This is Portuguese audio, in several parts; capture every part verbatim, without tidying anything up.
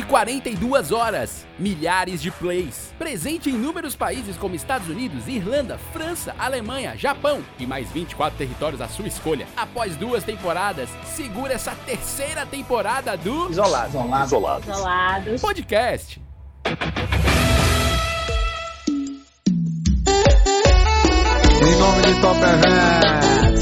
quarenta e duas horas, milhares de plays. Presente em inúmeros países como Estados Unidos, Irlanda, França, Alemanha, Japão e mais vinte e quatro territórios à sua escolha. Após duas temporadas, segura essa terceira temporada do Isolados. Isolados. Isolados. Isolados. Podcast. Em nome de Top Events.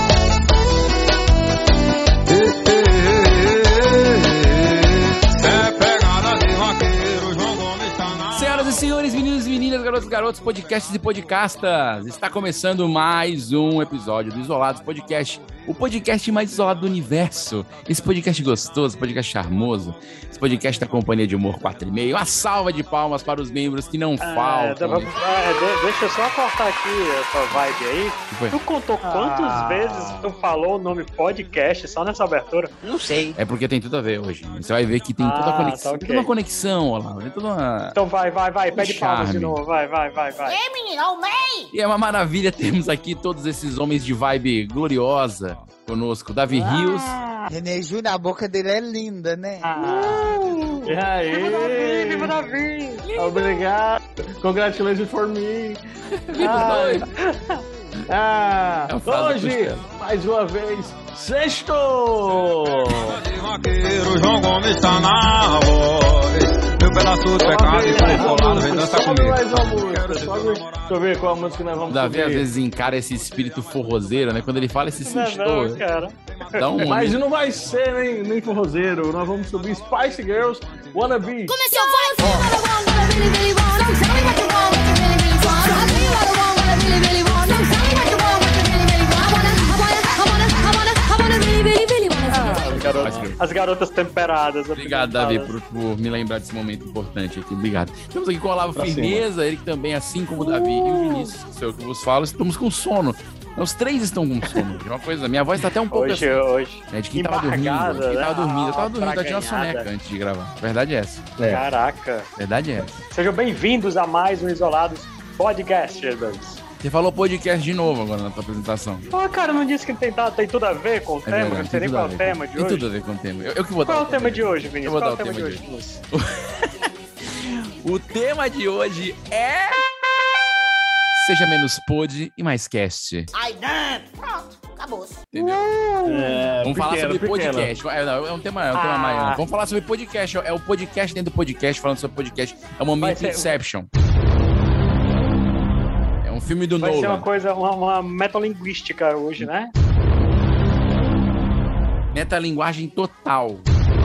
É pegada de vaqueiro, João Gomes tá na... Senhoras e senhores, meninos e meninas, garotos e garotos, podcasts e podcastas, está começando mais um episódio do Isolados Podcast, o podcast mais isolado do universo. Esse podcast gostoso, podcast charmoso, esse podcast da Companhia de Humor quatro e meio. Uma salva de palmas para os membros que não É, faltam. dá pra- é, de- deixa eu só cortar aqui essa vibe aí. foi? Tu contou quantas Ah. vezes tu falou o nome podcast só nessa abertura? Não sei. É porque tem tudo a ver hoje. Você vai ver que tem toda a Ah, conexão. tá ok. Tem toda uma conexão, Olavo. Tem toda uma... Então vai, vai, vai, pede palmas de charme. novo. Vai, vai, vai, vai. Ei, menino, aumei! E é uma maravilha termos aqui todos esses homens de vibe gloriosa conosco. Davi Rios. René Júnior, a boca dele é linda, né? Ah. E aí? Viva Davi! Obrigado. Congratulations for me. Viva Ai. nós. Ah, É a frase do hoje, Cristiano. mais uma vez, sexto! Pegada de vaqueiro, João Gomes tá na voz. Meu pedaço de pecado e foi isolado, vem dançar Sobe comigo. mais uma música. Sobe. Deixa eu ver qual a música nós O vamos Davi às subir. vezes encara esse espírito forrozeiro, né? Quando ele fala esse Não, sextou, não, cara. dá um... Mas não vai ser nem, nem forrozeiro. Nós vamos subir Spice Girls, Wanna Be. Começou, vai! I don't want what I really, really want. Don't tell me what you want, what you really, really want. I'll tell you what I want, what I really, really want. Don't tell me what you want, what you really, really want. I wanna, I wanna, I wanna, I wanna, I wanna really, really, really wanna. As garotas, as garotas temperadas. Obrigado, Davi, apresentadas. por, por me lembrar desse momento importante aqui. Obrigado. Estamos aqui com o Olavo Pra Firmeza, ele que também, assim como o Davi e o Vinícius, que sou eu que vos falo, estamos com sono. Os três estão com sono. De uma coisa, minha voz tá até um pouco Hoje, assim, hoje. né, de quem tava dormindo. embargada, De quem tava né? dormindo. Eu tava Ah, dormindo, eu tinha uma praganhada. soneca antes de gravar. Verdade é essa. É. Caraca. Verdade é essa. Sejam bem-vindos a mais um Isolados Podcast. Você falou podcast de novo agora na tua apresentação. Ah, cara, não disse que tem, tá- tem tudo a ver com o É tema? verdade, Não sei tem nem tudo qual a é o ver. tema de Tem hoje. tudo a ver com o tema. Eu, eu que vou dar Qual é o tema dele. de hoje, Vinícius? Eu vou Qual é o dar tema o de tema hoje, de Vinícius? O tema de hoje é... Seja menos pod e mais cast. Ai, não! Pronto, acabou. Entendeu? É, Vamos falar pequeno, sobre pequeno. podcast. É, não, é um tema, é um tema Ah. maior. Vamos falar sobre podcast. É o podcast dentro do podcast, falando sobre podcast. É o momento Vai ser- Inception. É um filme do Vai ser uma Nolan. coisa, uma, uma metalinguística hoje, né? Metalinguagem total.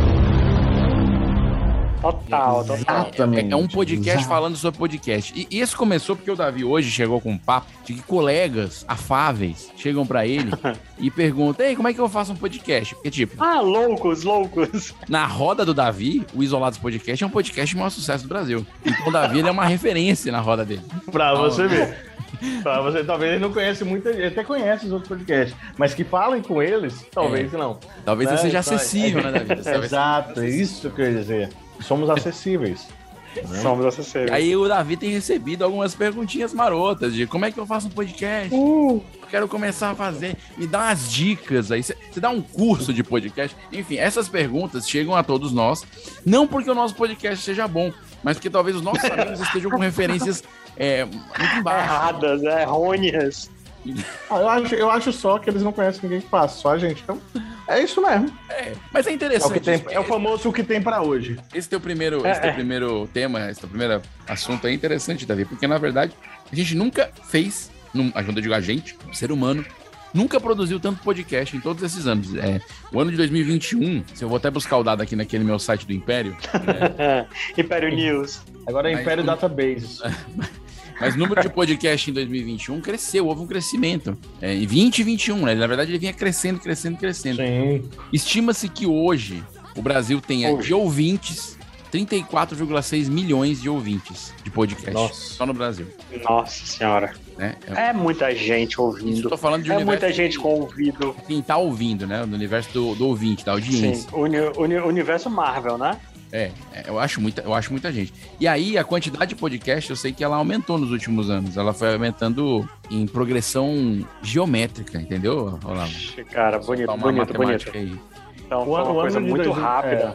Total, total. Exatamente. É um podcast Exato. falando sobre podcast. E isso começou porque o Davi hoje chegou com um papo de que colegas afáveis chegam pra ele e perguntam: ei, como é que eu faço um podcast? Porque, tipo, Ah, loucos, loucos. na roda do Davi, o Isolados Podcast é um podcast de maior sucesso do Brasil. Então o Davi ele é uma referência na roda dele. Pra você ver. Pra você, talvez ele não conhece muita gente, ele até conhece os outros podcasts, mas que falem com eles, talvez não. Talvez você Né? seja Então, acessível, é- né, Davi? Você vai- Exato, é isso que eu ia dizer. Somos acessíveis. Somos acessíveis. Aí o Davi tem recebido algumas perguntinhas marotas de como é que eu faço um podcast? Uh, Eu quero começar a fazer. Me dá umas dicas aí. Você dá um curso de podcast? Enfim, essas perguntas chegam a todos nós. Não porque o nosso podcast seja bom, mas porque talvez os nossos amigos estejam com referências é, muito embaixo. erradas, errôneas. Ah, eu, acho, eu acho só que eles não conhecem ninguém que faça, só a gente. Então, é isso mesmo. É, mas é É o, interessante. que tem, é o famoso o que tem pra hoje. Esse teu primeiro, É, esse teu é. primeiro tema, esse teu primeiro assunto é interessante, Davi, porque na verdade a gente nunca fez, num, quando eu digo a gente, o ser humano, nunca produziu tanto podcast em todos esses anos. É, o ano de dois mil e vinte e um, se eu vou até buscar o dado aqui naquele meu site do Império, né, Império News. Agora é Mas- Império Database. mas o número de podcast em dois mil e vinte e um cresceu, houve um crescimento. É, em vinte e vinte e um, né? Na verdade ele vinha crescendo, crescendo, crescendo. Sim. Estima-se que hoje o Brasil tenha Hoje. de ouvintes trinta e quatro vírgula seis milhões de ouvintes de podcast. Nossa. Só no Brasil. Nossa senhora. Né? É, É muita gente ouvindo. tô falando de É universo muita gente de com ouvido. quem tá ouvindo, né? Do universo do, do ouvinte, da audiência. Sim, uni, uni, universo Marvel, né? É, é, eu acho, muita, eu acho muita gente. E aí, a quantidade de podcast, eu sei que ela aumentou nos últimos anos. Ela foi aumentando em progressão geométrica, entendeu, Olavo? Cara, bonito, Dá uma bonito, bonito. matemática aí. Então, O foi ano- o uma coisa ano de muito dois mil rápida.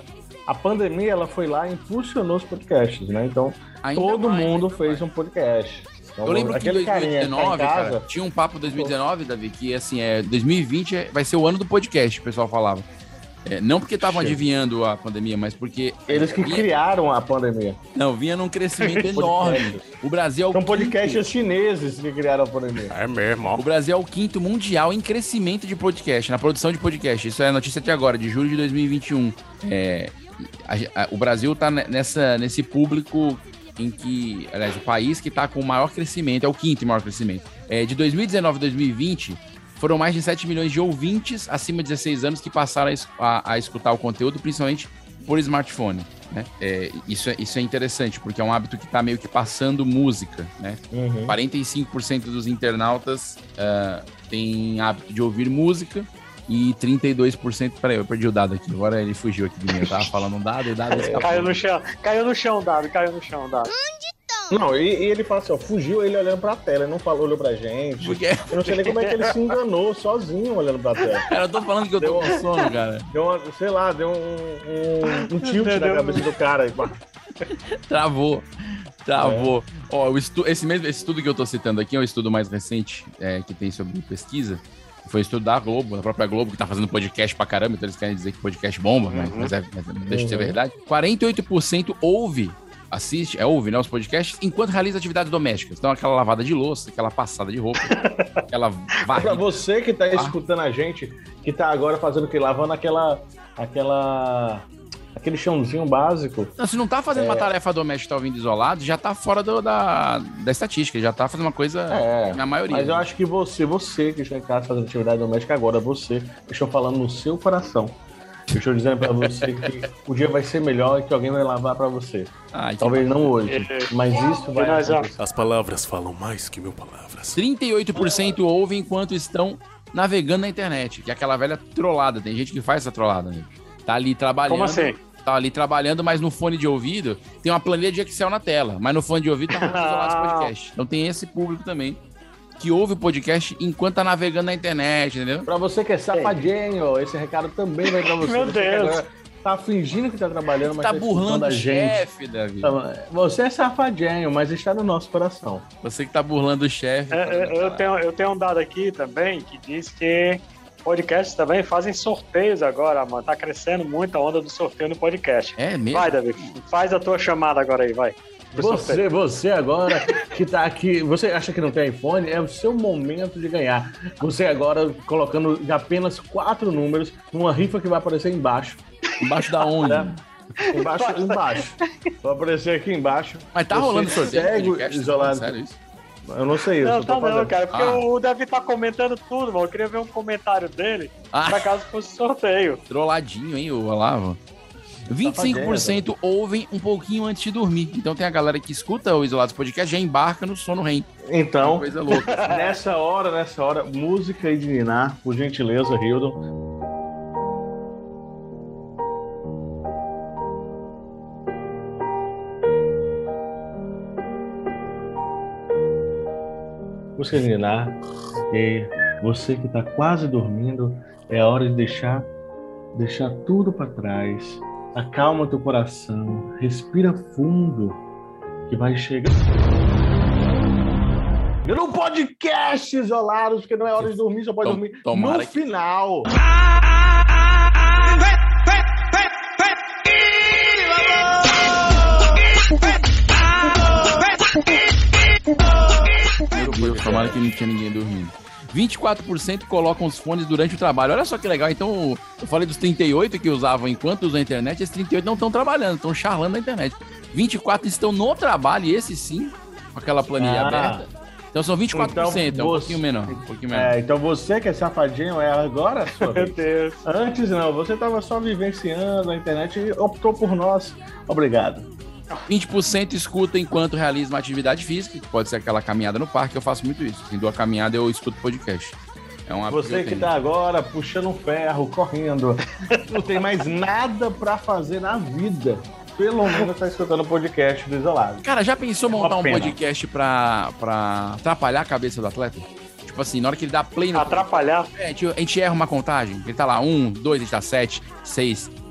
a pandemia ela foi lá e impulsionou os podcasts, né? Então, Ainda todo mais, mundo ainda fez mais. um podcast. Então, Eu lembro que em aquele dois mil e dezenove, carinha que tá em cara, casa, tinha um papo em dois mil e dezenove, Davi, que assim, é, dois mil e vinte é- vai ser o ano do podcast, o pessoal falava. É, não porque estavam Chega. adivinhando a pandemia, mas porque... eles que vinha, criaram a pandemia. Não, vinha num crescimento enorme. O Brasil é o São quinto- podcasts chineses que criaram a pandemia. É mesmo, ó. O Brasil é o quinto mundial em crescimento de podcast, na produção de podcast. Isso é notícia até agora, de julho de dois mil e vinte e um. É, a- a- o Brasil tá nessa, nesse público em que, aliás, o país que tá com o maior crescimento, é o quinto maior crescimento. É, de dois mil e dezenove a dois mil e vinte, foram mais de sete milhões de ouvintes acima de dezesseis anos que passaram a, es- a- a escutar o conteúdo, principalmente por smartphone. Né? É, isso, é, isso é interessante, porque é um hábito que tá meio que passando música, né? Uhum. quarenta e cinco por cento dos internautas ah, têm hábito de ouvir música e trinta e dois por cento... Peraí, eu perdi o dado aqui. Agora ele fugiu aqui de mim. Eu tava falando um dado e o dado escapou. Caiu no chão, caiu no chão, Dado, caiu no chão, Dado. Não, e, e ele fala assim, ó, fugiu ele olhando pra tela, ele não falou, olhou pra gente. Porque, Eu não sei nem como é que ele se enganou sozinho olhando pra tela. cara, eu tô falando que eu tô Deu- com sono, cara. Deu uma, sei lá, deu um, um, um tilt na Deu- cabeça do cara. aí, pá. Travou. Travou. Ó, o estu... esse, mesmo, esse estudo que eu tô citando aqui é o estudo mais recente é, que tem sobre pesquisa. Foi um estudo da Globo, da própria Globo, que tá fazendo podcast pra caramba, então eles querem dizer que podcast bomba, mas, mas, é, mas não deixa de ser Uhum. verdade. quarenta e oito por cento ouve, assiste, é, ouve, né, os podcasts, enquanto realiza atividades domésticas. Então, aquela lavada de louça, aquela passada de roupa, aquela Pra varrida. você que tá escutando a gente, que tá agora fazendo o que? Lavando aquela. aquela. aquele chãozinho básico. Não, se não tá fazendo É. uma tarefa doméstica e tá ouvindo isolado, já tá fora do- da, da estatística, já tá fazendo uma coisa, É, na maioria. Mas eu acho que você, você que está em casa fazendo atividade doméstica agora, você, eu estou falando no seu coração. Eu estou dizendo pra você que o dia vai ser melhor e que alguém vai lavar pra você. Ai, que Talvez não hoje, mas isso vai E nós, ó, acontecer. As palavras falam mais que mil palavras. trinta e oito por cento ouvem enquanto estão navegando na internet, que é aquela velha trollada. Tem gente que faz essa trollada, né? Tá ali trabalhando. Como assim? Tá ali trabalhando, mas no fone de ouvido tem uma planilha de Excel na tela, mas no fone de ouvido tá rolando isolado esse podcast. Então tem esse público também que ouve o podcast enquanto tá navegando na internet, entendeu? Pra você que é safadinho, esse recado também vai pra você. Meu Você que Deus. agora tá fingindo que tá trabalhando, mas Tá escutando burlando a o gente. chefe, Davi. Tá, Você é safadinho, mas está no nosso coração. Você que tá burlando o chefe. é, é, eu, tenho, eu tenho um dado aqui também que diz que podcasts também fazem sorteios agora, mano. Tá crescendo muito a onda do sorteio no podcast. É mesmo? Vai, Davi, faz a tua chamada agora aí, vai. Pro sorteio. Você, você agora que tá aqui, você acha que não tem iPhone? É o seu momento de ganhar. Você agora colocando apenas quatro números numa rifa que vai aparecer embaixo. Embaixo da onda. Né? Embaixo, embaixo. Vai aparecer aqui embaixo. Mas tá Você rolando sorteio de segue podcast? isolado. Sério isso? Eu não sei isso. Não, eu tô tá não, fazendo. cara, porque Ah. o Davi tá comentando tudo, mano. Eu queria ver um comentário dele, Ah. pra caso fosse sorteio. Trolladinho, hein, o Olavo? vinte e cinco por cento ouvem um pouquinho antes de dormir. Então tem a galera que escuta o Isolados Podcast já embarca no sono R E M. Então, Coisa louca. nessa hora, nessa hora, música aí de Ninar, por gentileza, Hildon. Música de Ninar. E você que tá quase dormindo, é a hora de deixar, deixar tudo para trás. Acalma teu coração, respira fundo, que vai chegar. No podcast Isolados, porque não é hora de dormir, só pode Tom- dormir tomara no que- final. Meu Deus, tomara que não tinha ninguém dormindo. vinte e quatro por cento colocam os fones durante o trabalho. Olha só que legal. Então, eu falei dos trinta e oito que usavam enquanto usam a internet, esses trinta e oito não estão trabalhando, estão charlando na internet. vinte e quatro estão no trabalho, e esse sim, com aquela planilha Ah. aberta. Então são vinte e quatro por cento, Então, é um você- pouquinho menor. Um pouquinho menor. É, então você que é safadinho, é agora a sua Meu vez. Deus. Antes não, você tava só vivenciando a internet e optou por nós. Obrigado. vinte por cento escuta enquanto realiza uma atividade física, que pode ser aquela caminhada no parque, eu faço muito isso. Assim, dou a caminhada, eu escuto podcast. É um hábito Você eu que tenho. tá agora puxando um ferro, correndo, não tem mais nada pra fazer na vida. Pelo menos tá escutando o podcast do Isolado. Cara, já pensou É uma montar um pena. podcast pra, pra atrapalhar a cabeça do atleta? Tipo assim, na hora que ele dá play no... Atrapalhar. É, a gente, a gente erra uma contagem, ele tá lá, um, dois, ele tá sete, seis,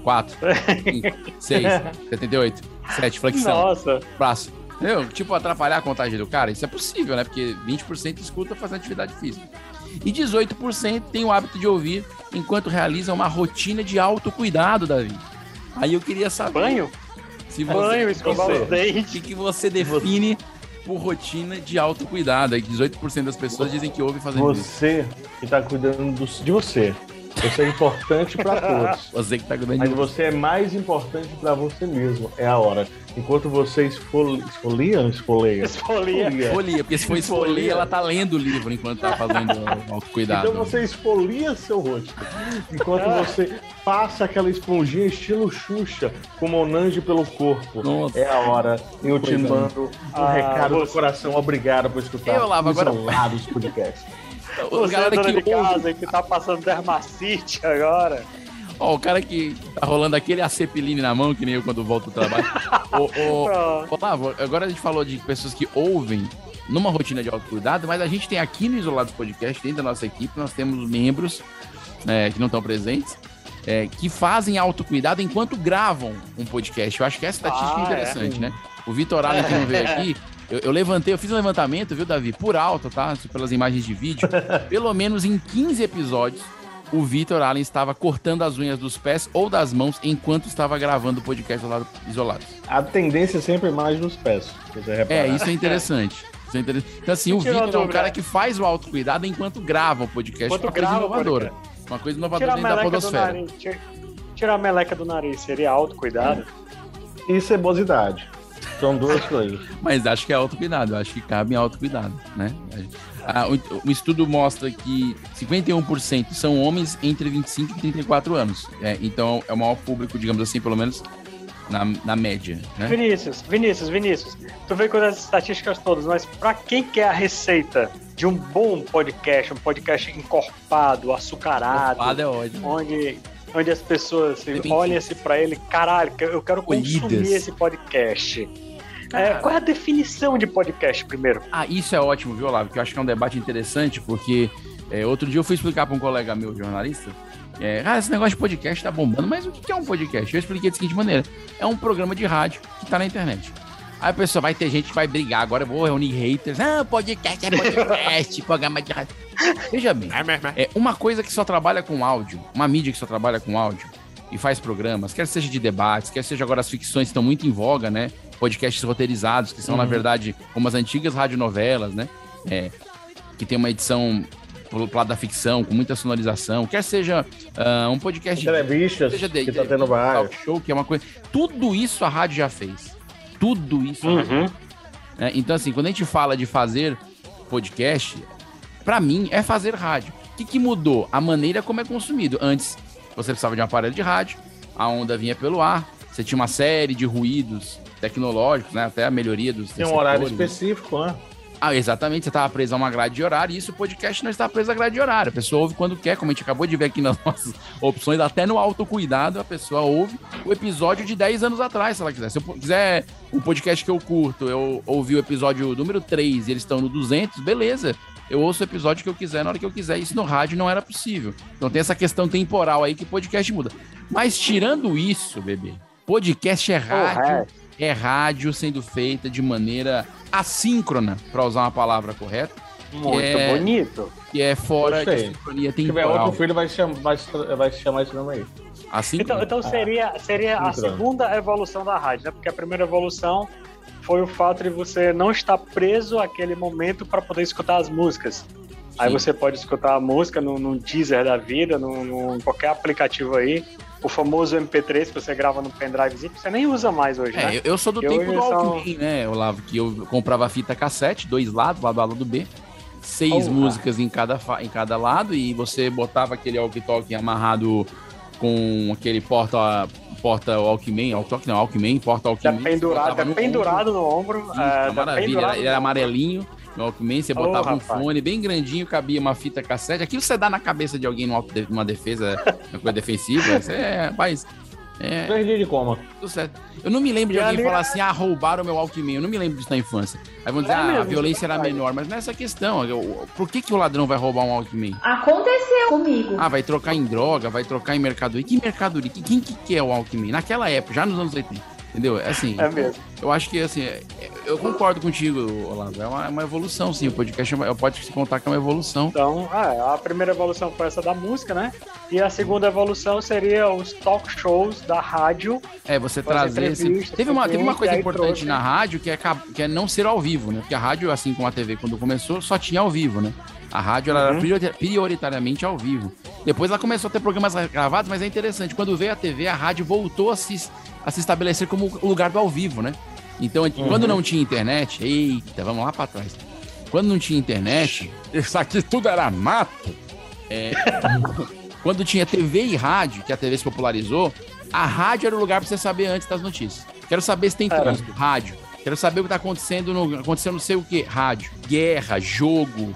quatro, cinco, seis, setenta e oito, sete, flexão, Nossa. braço. Entendeu? Tipo, atrapalhar a contagem do cara, isso é possível, né? Porque vinte por cento escuta fazendo atividade física. E dezoito por cento tem o hábito de ouvir enquanto realiza uma rotina de autocuidado, Davi. Aí eu queria saber... Banho? Se você, Banho, escovar você, os dentes. O que, que você define por rotina de autocuidado? Aí dezoito por cento das pessoas dizem que ouvem fazendo isso. Você que tá cuidando do- de você. Você é importante para todos. Você que tá cuidando Mas de você é mais importante para você mesmo. É a hora. Enquanto você esfoli... esfolia ou esfoleia? Esfolia. Esfolia, porque se for esfolia, Esfolia. ela tá lendo o livro enquanto tá fazendo o autocuidado. Então você esfolia seu rosto. Enquanto você passa aquela esponjinha estilo Xuxa com Monange pelo corpo. Nossa. É a hora. Eu te Coisa mando um Ah, recado do você- coração. Obrigado por escutar Eu, Lavo, os agora- Isolados Podcast. O Você é galera dona que de ouve, casa que tá passando dermacite agora. ó, o cara que tá rolando aquele acepiline na mão, que nem eu quando volto do trabalho. Ô, ô, Pronto. ô, Lavo, agora a gente falou de pessoas que ouvem numa rotina de autocuidado, mas a gente tem aqui no Isolados Podcast, dentro da nossa equipe, nós temos membros é, que não estão presentes, é, que fazem autocuidado enquanto gravam um podcast. Eu acho que essa estatística Ah, é é. interessante, né? O Vitor Allen, que não veio aqui, eu, eu levantei, eu fiz um levantamento, viu, Davi? Por alto, tá? Pelas imagens de vídeo. Pelo menos em quinze episódios, o Vitor Allen estava cortando as unhas dos pés ou das mãos enquanto estava gravando o podcast Isolado- Isolados. A tendência é sempre mais nos pés. Se você reparar. É, isso é interessante. Isso é interessante. Então, assim, o Tirou a Vitor é um dúvida. cara que faz o autocuidado enquanto grava o podcast. Enquanto uma coisa grava o inovadora. Uma coisa inovadora Tira a dentro da meleca do podosfera. nariz. Tira, tira a meleca do nariz. Seria autocuidado? E cebosidade. São duas coisas. Mas acho que é autocuidado, eu acho que cabe em autocuidado, né? Ah, o, o estudo mostra que cinquenta e um por cento são homens entre vinte e cinco e trinta e quatro anos. É, então é o maior público, digamos assim, pelo menos na, na média, né? Vinícius, Vinícius, Vinícius. Tu veio com as estatísticas todas, mas pra quem quer a receita de um bom podcast, um podcast encorpado, açucarado, Fada é ótimo. onde, onde as pessoas assim, Depende. olham assim pra ele, caralho, eu quero consumir Colhidas. esse podcast. É, Cara. qual é a definição de podcast primeiro? Ah, isso é ótimo, viu, Olavo? Que eu acho que é um debate interessante, porque é, outro dia eu fui explicar para um colega meu, jornalista, é, ah, esse negócio de podcast tá bombando, mas o que é um podcast? Eu expliquei da seguinte maneira, é um programa de rádio que tá na internet. Aí a pessoa vai ter gente que vai brigar, agora eu vou reunir haters, ah, podcast é podcast, programa de rádio. Veja bem, é uma coisa que só trabalha com áudio, uma mídia que só trabalha com áudio e faz programas, quer seja de debates, quer seja agora as ficções que estão muito em voga, né? Podcasts roteirizados, que são, Uhum. na verdade, como as antigas radionovelas, né? É, que tem uma edição pro lado da ficção, com muita sonorização, quer seja ah, um podcast de Entrevistas seja de, que tá de- tendo vários. talk show, que é uma coisa. Tudo isso a rádio já fez. Tudo isso a rádio Uhum. né? Então, assim, quando a gente fala de fazer podcast, pra mim é fazer rádio. O que, que mudou? A maneira como é consumido. Antes, você precisava de um aparelho de rádio, a onda vinha pelo ar, você tinha uma série de ruídos tecnológicos, né? Até a melhoria dos Tem um horário receptores. específico, né? Ah, exatamente, você estava preso a uma grade de horário e isso o podcast não está preso a grade de horário. A pessoa ouve quando quer, como a gente acabou de ver aqui nas nossas opções, até no autocuidado, a pessoa ouve o episódio de dez anos atrás, se ela quiser. Se eu quiser um podcast que eu curto, eu ouvi o episódio número três e eles estão no duzentos, beleza. Eu ouço o episódio que eu quiser na hora que eu quiser. Isso no rádio não era possível. Então tem essa questão temporal aí que podcast muda. Mas tirando isso, bebê, podcast é rádio, é rádio sendo feita de maneira assíncrona, para usar uma palavra correta, Muito É. bonito. que é fora Gostei. de sincronia Se tiver temporal. outro filho, vai se, cham- vai se- vai se chamar esse nome aí. Assim, Então, então seria, seria a Muito bom. segunda evolução da rádio, né? Porque a primeira evolução foi o fato de você não estar preso àquele momento para poder escutar as músicas. Aí Sim. você pode escutar a música no, no Deezer da vida, no, no- em qualquer aplicativo aí. O famoso M P três que você grava no pendrivezinho, que você nem usa mais hoje, É, né? eu- eu sou do Eu tempo do sou- Walkman, né, Olavo? Que eu comprava fita cassete, dois lados, lado A, lado B, seis Porra. músicas em cada, fa- em cada lado, e você botava aquele walkie-talkie amarrado com aquele porta porta Walkman, walkie-talkie não, Walkman, porta Tá Walkman. pendurado, botava tá no pendurado no ombro. ombro. é, Isso, uma tá maravilha, pendurado ele no era ombro. amarelinho. No Walkman, você Ô, botava um rapaz. fone bem grandinho, cabia uma fita cassete. Aquilo você dá na cabeça de alguém numa, numa defesa, uma coisa defensiva. Você é, rapaz, É, Três dias de coma. tudo certo. Eu não me lembro de E alguém ali falar é- assim, ah, roubaram o meu Walkman. Eu não me lembro disso na infância. Aí vão dizer, É ah, a mesmo, violência isso é era verdade. menor. Mas não é essa questão. Eu- Por que, que o ladrão vai roubar um Walkman? Aconteceu comigo. Ah, vai trocar em droga, vai trocar em mercadoria. Que mercadoria? Que- Quem que quer o Walkman? Naquela época, já nos anos oitenta. Entendeu? É assim. É mesmo. Eu acho que, assim, é- eu concordo contigo, Olavo. É uma, é uma evolução, sim. O podcast é uma- pode se contar que é uma evolução. Então, ah, a primeira evolução foi essa da música, né? E a segunda evolução seria os talk shows da rádio. É, você Fazer trazer esse... entrevistas Teve uma, com teve uma quem, coisa e aí importante trouxe. na rádio que é, ca- que é não ser ao vivo, né? Porque a rádio, assim como a T V, quando começou, só tinha ao vivo, né? A rádio ela Uhum. era priori- prioritariamente ao vivo. Depois ela começou a ter programas gravados, mas é interessante. Quando veio a T V, a rádio voltou a se, a se estabelecer como o lugar do ao vivo, né? Então, Uhum. quando não tinha internet... Eita, vamos lá pra trás. Quando não tinha internet, isso aqui tudo era mato. É, quando tinha T V e rádio, que a T V se popularizou, a rádio era o lugar pra você saber antes das notícias. Quero saber se tem Era. trânsito, rádio. Quero saber o que tá acontecendo, no, acontecendo não sei o que, rádio. Guerra, jogo,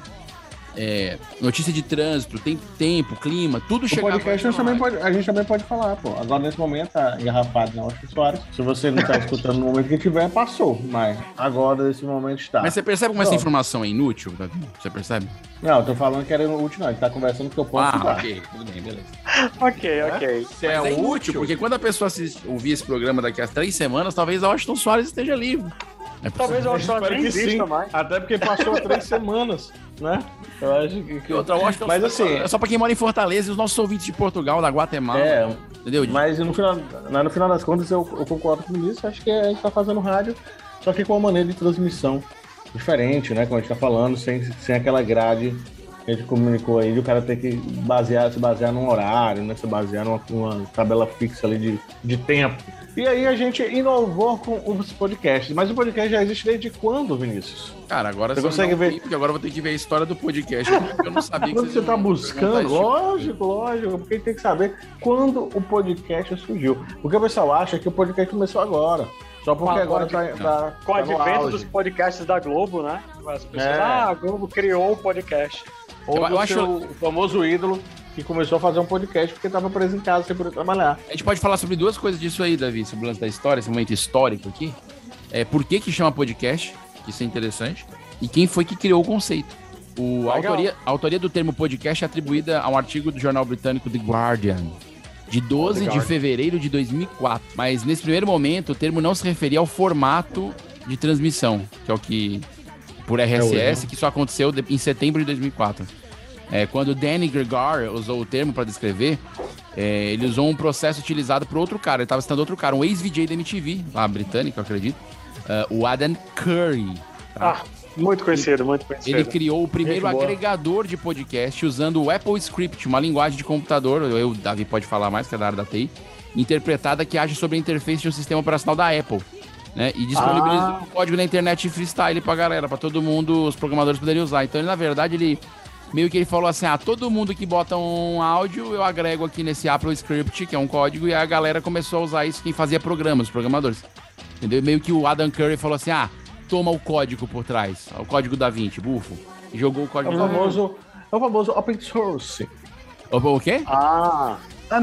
é, notícia de trânsito, tem tempo, clima, tudo O chegava... podcast a no gente, também rádio. pode, a gente também pode falar, pô. Agora, nesse momento, tá engarrafado na Austin Soares. Se você não tá escutando no momento que tiver, passou. Mas agora, nesse momento, está. Mas você percebe como essa Não. informação é inútil, Davi? Você percebe? Não, eu tô falando que era útil, não. A gente tá conversando que eu posso Ah, dar. ok, tudo bem, beleza. Ok, ok. Se Mas é inútil, porque quando a pessoa assiste, ouvir esse programa daqui a três semanas, talvez a Washington Soares esteja livre. É Talvez eu Eu acho que nem exista mais. Até porque passou três semanas, né? Eu acho que... que... Outra Washington Mas Soares assim... é só pra quem mora em Fortaleza e os nossos ouvintes de Portugal, da Guatemala, É, entendeu? mas no final, na- no final das contas eu, eu concordo com isso. Acho que a gente tá fazendo rádio, só que com uma maneira de transmissão diferente, né? Como a gente tá falando, sem, sem aquela grade que a gente comunicou aí, de o cara ter que basear, se basear num horário, né? Se basear numa, numa tabela fixa ali de, de tempo. E aí a gente inovou com os podcasts. Mas o podcast já existe desde quando, Vinícius? Cara, agora Você só consegue não ver- vi, porque agora eu vou ter que ver a história do podcast, porque eu não sabia que Quando vocês você tá iam buscando, perguntar esse tipo de coisa. lógico, lógico, porque tem que saber quando o podcast surgiu. Porque o pessoal acha que o podcast começou agora. Só porque Com a- agora com a- tá, tá, Com o tá no advento auge. dos podcasts da Globo, né? As pessoas, É. ah, a Globo criou o podcast. Ou Eu- do eu acho- seu- o famoso ídolo que começou a fazer um podcast porque estava preso em casa sem poder trabalhar. A gente pode falar sobre duas coisas disso aí, Davi, sobre o lance da história, esse momento histórico aqui. É, por que que chama podcast, que isso é interessante, e quem foi que criou o conceito. O, a, Legal. autoria, a autoria do termo podcast é atribuída a um artigo do jornal britânico The Guardian, de doze The de Guardian. fevereiro de dois mil e quatro. Mas nesse primeiro momento, o termo não se referia ao formato de transmissão, que é o que, por R S S, que só aconteceu de- em setembro de dois mil e quatro. É, quando Danny Gregory usou o termo para descrever, é, ele usou um processo utilizado por outro cara. Ele estava citando outro cara, um ex-V J da M T V, lá britânico, eu acredito, é, o Adam Curry. Tá? Ah, muito conhecido, muito conhecido. Ele criou o primeiro Gente boa. agregador de podcast usando o Apple Script, uma linguagem de computador, eu, o Davi pode falar mais, que é da área da T I, interpretada que age sobre a interface de um sistema operacional da Apple. Né? E disponibilizou Ah. um código na internet freestyle pra galera, pra todo mundo, os programadores poderem usar. Então, ele, na verdade, ele meio que ele falou assim: ah, todo mundo que bota um áudio, eu agrego aqui nesse Apple Script, que é um código, e a galera começou a usar isso, quem fazia programas, os programadores. Entendeu? Meio que o Adam Curry falou assim: ah, toma o código por trás, o código da DaVinci, bufo, e jogou o É código o da DaVinci. famoso, é o famoso open source. O, o quê? Ah,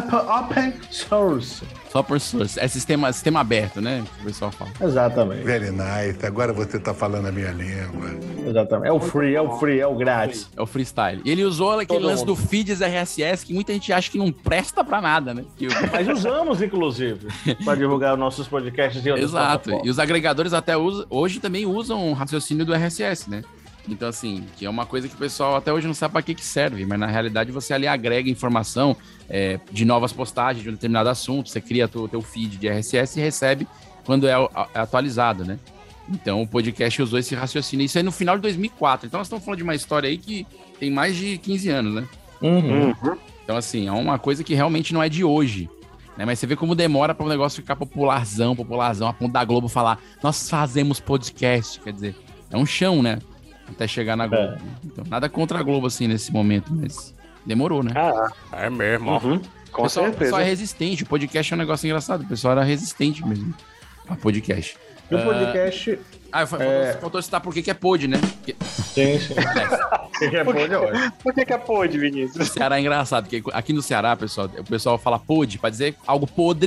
Open source. Só por source. É sistema, sistema aberto, né? Que o pessoal fala. Exatamente. Very nice. Agora você tá falando a minha língua. Exatamente. É o free, é o free, é o grátis. É o freestyle. E ele usou aquele Todo lance mundo. do feeds R S S que muita gente acha que não presta pra nada, né? Que o- Mas usamos, inclusive, para divulgar os nossos podcasts e outras Exato. E plataformas. os agregadores até usa- hoje também usam o raciocínio do R S S, né? Então, assim, que é uma coisa que o pessoal até hoje não sabe para que, que serve, mas na realidade você ali agrega informação é, de novas postagens de um determinado assunto, você cria o teu feed de R S S e recebe quando é, a- é atualizado, né? Então o podcast usou esse raciocínio. Isso aí no final de dois mil e quatro. Então nós estamos falando de uma história aí que tem mais de quinze anos, né? Uhum. Então, assim, é uma coisa que realmente não é de hoje. Né? Mas você vê como demora para o negócio ficar popularzão, popularzão, a ponto da Globo falar, nós fazemos podcast. Quer dizer, é um chão, né? Até chegar na Globo. É. Então, nada contra a Globo, assim, nesse momento, mas demorou, né? ah, É mesmo. uhum, o, com pessoal, o certeza. pessoal é resistente. O podcast é um negócio engraçado. O pessoal era resistente mesmo a podcast. E o podcast. Ah, eu fa- É. faltou, faltou citar por que que é pod, né? Porque Sim, sim. O que é pode hoje? Por que que é pod, no Vinícius? Ceará é engraçado, porque aqui no Ceará, pessoal, o pessoal fala pod pra dizer algo podre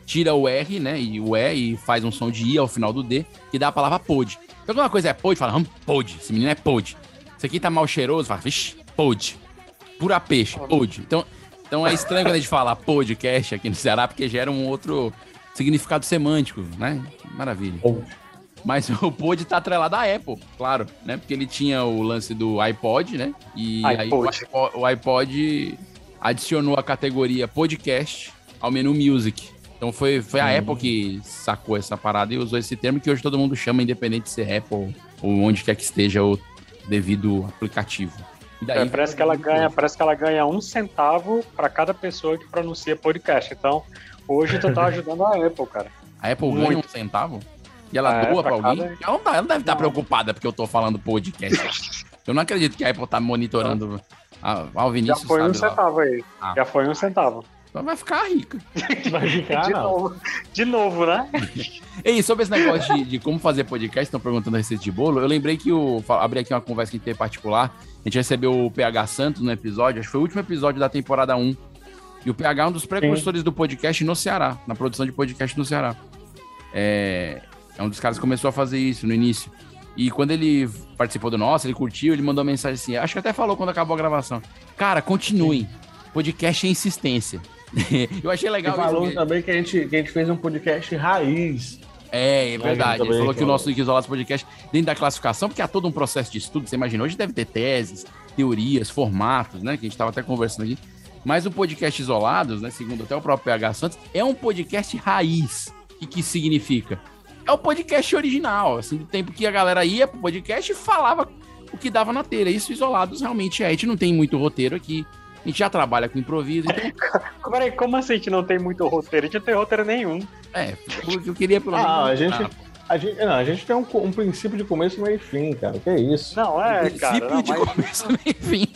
tira o R, né, e o E, e faz um som de I ao final do D, que dá a palavra pôde. Então quando uma coisa é pôde, fala, hum, pôde, esse menino é pôde. Isso aqui tá mal cheiroso, fala, vixi, pôde. Pura peixe, pôde. Então, então é estranho quando a gente fala podcast aqui no Ceará, porque gera um outro significado semântico, né? Maravilha. Mas o pod tá atrelado à Apple, claro, né? Porque ele tinha o lance do iPod, né? E aí o iPod. iPod, o iPod adicionou a categoria podcast ao menu Music. Então foi, foi a Hum. Apple que sacou essa parada e usou esse termo que hoje todo mundo chama, independente de ser Apple ou onde quer que esteja o devido aplicativo. E daí É, parece que ela ganha, parece que ela ganha um centavo para cada pessoa que pronuncia podcast. Então, hoje tu tá ajudando a Apple, cara. A Apple Muito. ganha um centavo? E ela É, doa pra pra alguém? cada- Ela não, tá- ela não deve estar Não. preocupada porque eu tô falando podcast. Eu não acredito que a Apple tá monitorando. Ah, ah, o Já Vinícius foi um sabe lá. centavo aí. Ah. Já foi um centavo. Então vai ficar rica. Vai ficar, de não. novo. De novo, né? Ei, sobre esse negócio de, de como fazer podcast, estão perguntando a receita de bolo. Eu lembrei que o. fa- Abri aqui uma conversa que a gente teve particular. A gente recebeu o P H Santos no episódio, acho que foi o último episódio da temporada um. E o P H é um dos precursores do podcast no Ceará, na produção de podcast no Ceará. É, é um dos caras que começou a fazer isso no início. E quando ele participou do nosso, ele curtiu, ele mandou uma mensagem assim, acho que até falou quando acabou a gravação. Cara, continuem. Podcast é insistência. Eu achei E legal falou isso. também que a, gente, que a gente fez um podcast raiz. É, é verdade. Ele também, falou que o claro. nosso Isolados Podcast, dentro da classificação, porque há todo um processo de estudo, você imagina, hoje deve ter teses, teorias, formatos, né? Que a gente estava até conversando aqui. Mas o podcast Isolados, né? Segundo até o próprio P H Santos, é um podcast raiz. O que, que significa? É o podcast original, assim, do tempo que a galera ia pro podcast e falava o que dava na telha. Isso Isolados realmente é. A gente não tem muito roteiro aqui. A gente já trabalha com improviso, então. Peraí, como assim a gente não tem muito roteiro? A gente não tem roteiro nenhum. É, o que eu queria pelo menos. Ah, a gente, Ah, a gente, não, a gente tem um, um princípio de começo, meio e fim, cara. Que isso? Não, é, princípio cara. Não, de mas começo, meio fim.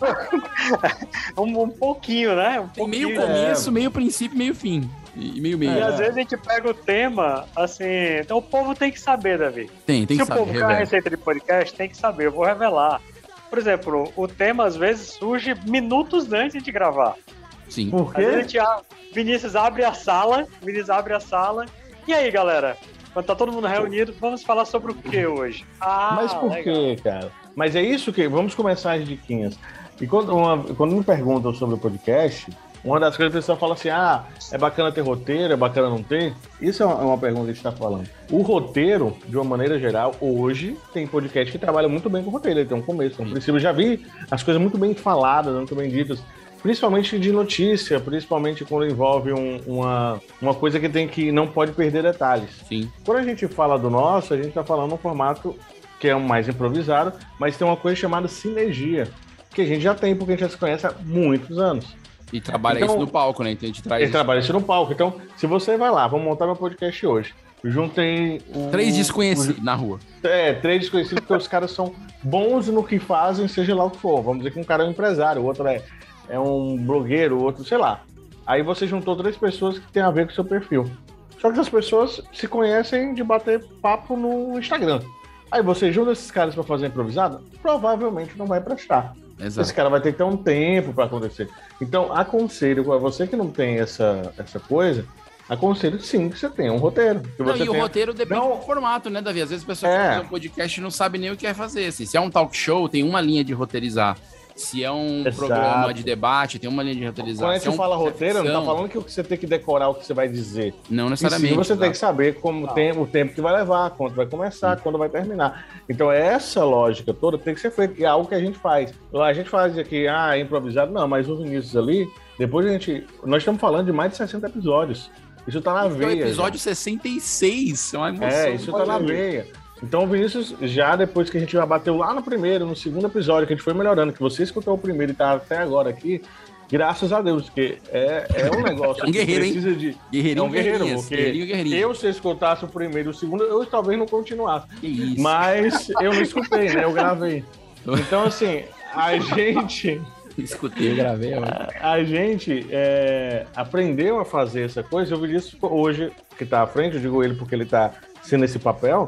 um, um pouquinho, né? Um Tem meio pouquinho. começo, meio princípio, meio fim. E meio meio. E É. às vezes a gente pega o tema, assim, então o povo tem que saber, Davi. Tem, tem Se que o saber. povo quer uma revela. receita de podcast, tem que saber, eu vou revelar. Por exemplo, o tema às vezes surge minutos antes de gravar. Sim. Por Às vezes a quê? gente, a- Vinícius abre a sala, Vinícius abre a sala. E aí, galera? Quando tá todo mundo reunido, vamos falar sobre o que hoje? Ah, Mas por legal. quê, cara? Mas é isso que... Vamos começar as diquinhas. E quando, uma- quando me perguntam sobre o podcast, uma das coisas que a pessoa fala assim, ah, é bacana ter roteiro, é bacana não ter? Isso é uma, é uma pergunta que a gente está falando. O roteiro, de uma maneira geral, hoje, tem podcast que trabalha muito bem com roteiro. Ele tem um começo, tem um princípio. Eu já vi as coisas muito bem faladas, muito bem ditas. Principalmente de notícia, principalmente quando envolve um- uma, uma coisa que tem que não pode perder detalhes. Sim. Quando a gente fala do nosso, a gente está falando um formato que é um mais improvisado, mas tem uma coisa chamada sinergia, que a gente já tem, porque a gente já se conhece há muitos anos. E trabalha Então- isso no palco, né? Então a gente traz Ele isso. trabalha isso no palco. Então, se você vai lá, vamos montar meu podcast hoje. Juntei o, Três o- desconhecidos na rua. É, três desconhecidos, porque os caras são bons no que fazem, seja lá o que for. Vamos dizer que um cara é um empresário, o outro é, é um blogueiro, o outro, sei lá. Aí você juntou três pessoas que tem a ver com o seu perfil. Só que essas pessoas se conhecem de bater papo no Instagram. Aí você junta esses caras pra fazer improvisado, provavelmente não vai prestar. Esse Exato. cara vai ter que ter um tempo para acontecer. Então, aconselho, a você que não tem essa, essa coisa, aconselho sim que você tenha um roteiro. Que Não, você e o tenha- roteiro depende Não- do formato, né, Davi? Às vezes a pessoa que É. faz um podcast não sabe nem o que é fazer. Assim. Se é um talk show, tem uma linha de roteirizar. Se é um Exato. programa de debate, tem uma linha de roteirizar. Quando a Se é gente um fala roteiro, não tá ficção, falando que você tem que decorar o que você vai dizer. Não E necessariamente. sim, você tem que exato. saber como tem, o tempo que vai levar, quando vai começar, quando vai terminar. Então, essa lógica toda tem que ser feita, que é algo que a gente faz. A gente faz aqui, ah, é improvisado. Não, mas o Vinícius ali, depois a gente... Nós estamos falando de mais de sessenta episódios. Isso tá na Esse é o veia. episódio já. sessenta e seis. É uma emoção. É, isso tá na veia. Então o Vinícius, já depois que a gente já bateu lá no primeiro, no segundo episódio, que a gente foi melhorando, que você escutou o primeiro e tá até agora aqui, graças a Deus, porque é, é um negócio É um guerreiro, que hein? precisa de... Guerreirinho, É um guerreiro, guerreirinhas, porque guerreirinho, guerreirinho. eu, se eu escutasse o primeiro e o segundo, eu talvez não continuasse. Que isso. Mas eu não escutei, né? Eu gravei. Então, assim, a gente... Escutei, eu gravei. olha. A gente é, aprendeu a fazer essa coisa. Eu vi isso hoje, que tá à frente, eu digo ele porque ele tá sendo esse papel.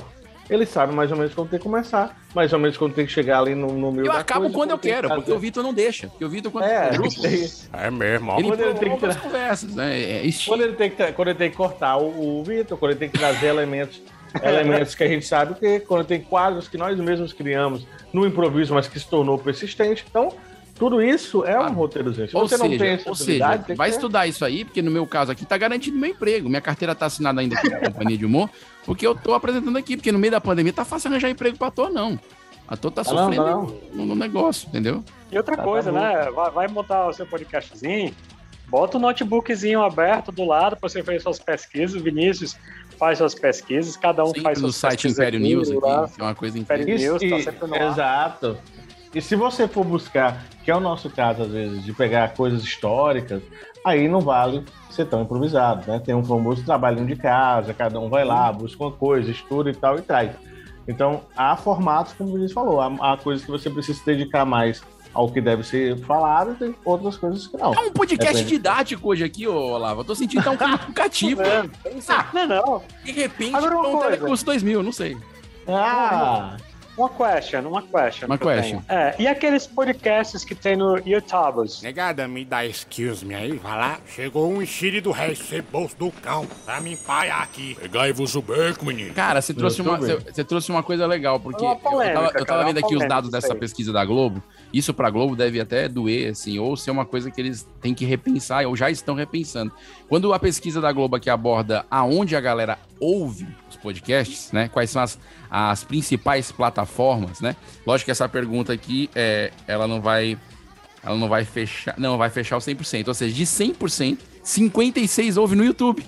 Ele sabe mais ou menos como tem que começar, mais ou menos quando tem que chegar ali no, no meio Eu da acabo coisa, quando eu tem que quero, fazer. porque o Vitor não deixa. Porque o Vitor, quando É, tá no grupo, tem- É mesmo, ó. ele quando ele tem que prolonga as tra- conversas, né? É estilo. quando, ele tem que, tra- quando ele tem que cortar o, o Vitor, quando ele tem que trazer elementos, elementos que a gente sabe que quando tem quadros que nós mesmos criamos no improviso, mas que se tornou persistente. Então, tudo isso é um Claro. roteirozinho. Se Ou você não seja, tem essa ou seja, habilidade, tem que vai ter. estudar isso aí, porque no meu caso aqui tá garantido meu emprego. Minha carteira tá assinada ainda aqui com a companhia de humor, porque eu tô apresentando aqui, porque no meio da pandemia tá fácil arranjar emprego pra ator, não. Ator tá Ah, não, sofrendo não. No, no negócio, entendeu? E outra Tá, coisa, tá bom. né? Vai, vai montar o seu podcastzinho, bota o notebookzinho aberto do lado para você fazer suas pesquisas. Vinícius faz suas pesquisas, cada um Sempre faz no suas site pesquisas Império News lá. aqui, é uma coisa Império incrível. News, tá sempre no ar. Exato. E se você for buscar, que é o nosso caso às vezes, de pegar coisas históricas, aí não vale ser tão improvisado, né? Tem um famoso trabalhinho de casa, cada um vai lá, busca uma coisa, estuda e tal e traz. Então, há formatos, como o Vinícius falou, há, há coisas que você precisa se dedicar mais ao que deve ser falado e tem outras coisas que não. É um podcast Depende. didático hoje aqui, ô Olavo. Eu tô sentindo que tá um clima cativo. É. Não, não. De repente, Agora uma é um coisa. telecurso dois mil, não sei. Ah, Uma question, uma question. Uma que eu question. tenho. É, e aqueles podcasts que tem no YouTube? Negada, me dá excuse me aí, vai lá. Chegou um enxire do rei, ceboso do cão, pra me empaiar aqui. Pegai-vos o beco, menino. Cara, você trouxe, tô uma, vendo. você, você trouxe uma coisa legal, porque É uma polêmica, eu tava, eu tava cara, é vendo uma aqui os polêmica dados isso dessa aí. pesquisa da Globo. Isso pra Globo deve até doer, assim, ou ser uma coisa que eles têm que repensar, ou já estão repensando. Quando a pesquisa da Globo aqui aborda aonde a galera ouve os podcasts, né? Quais são as, as principais plataformas, né? Lógico que essa pergunta aqui, é, ela não vai... Ela não vai fechar... Não, vai fechar o cem por cento. Ou seja, de cem por cento, cinquenta e seis por cento ouve no YouTube.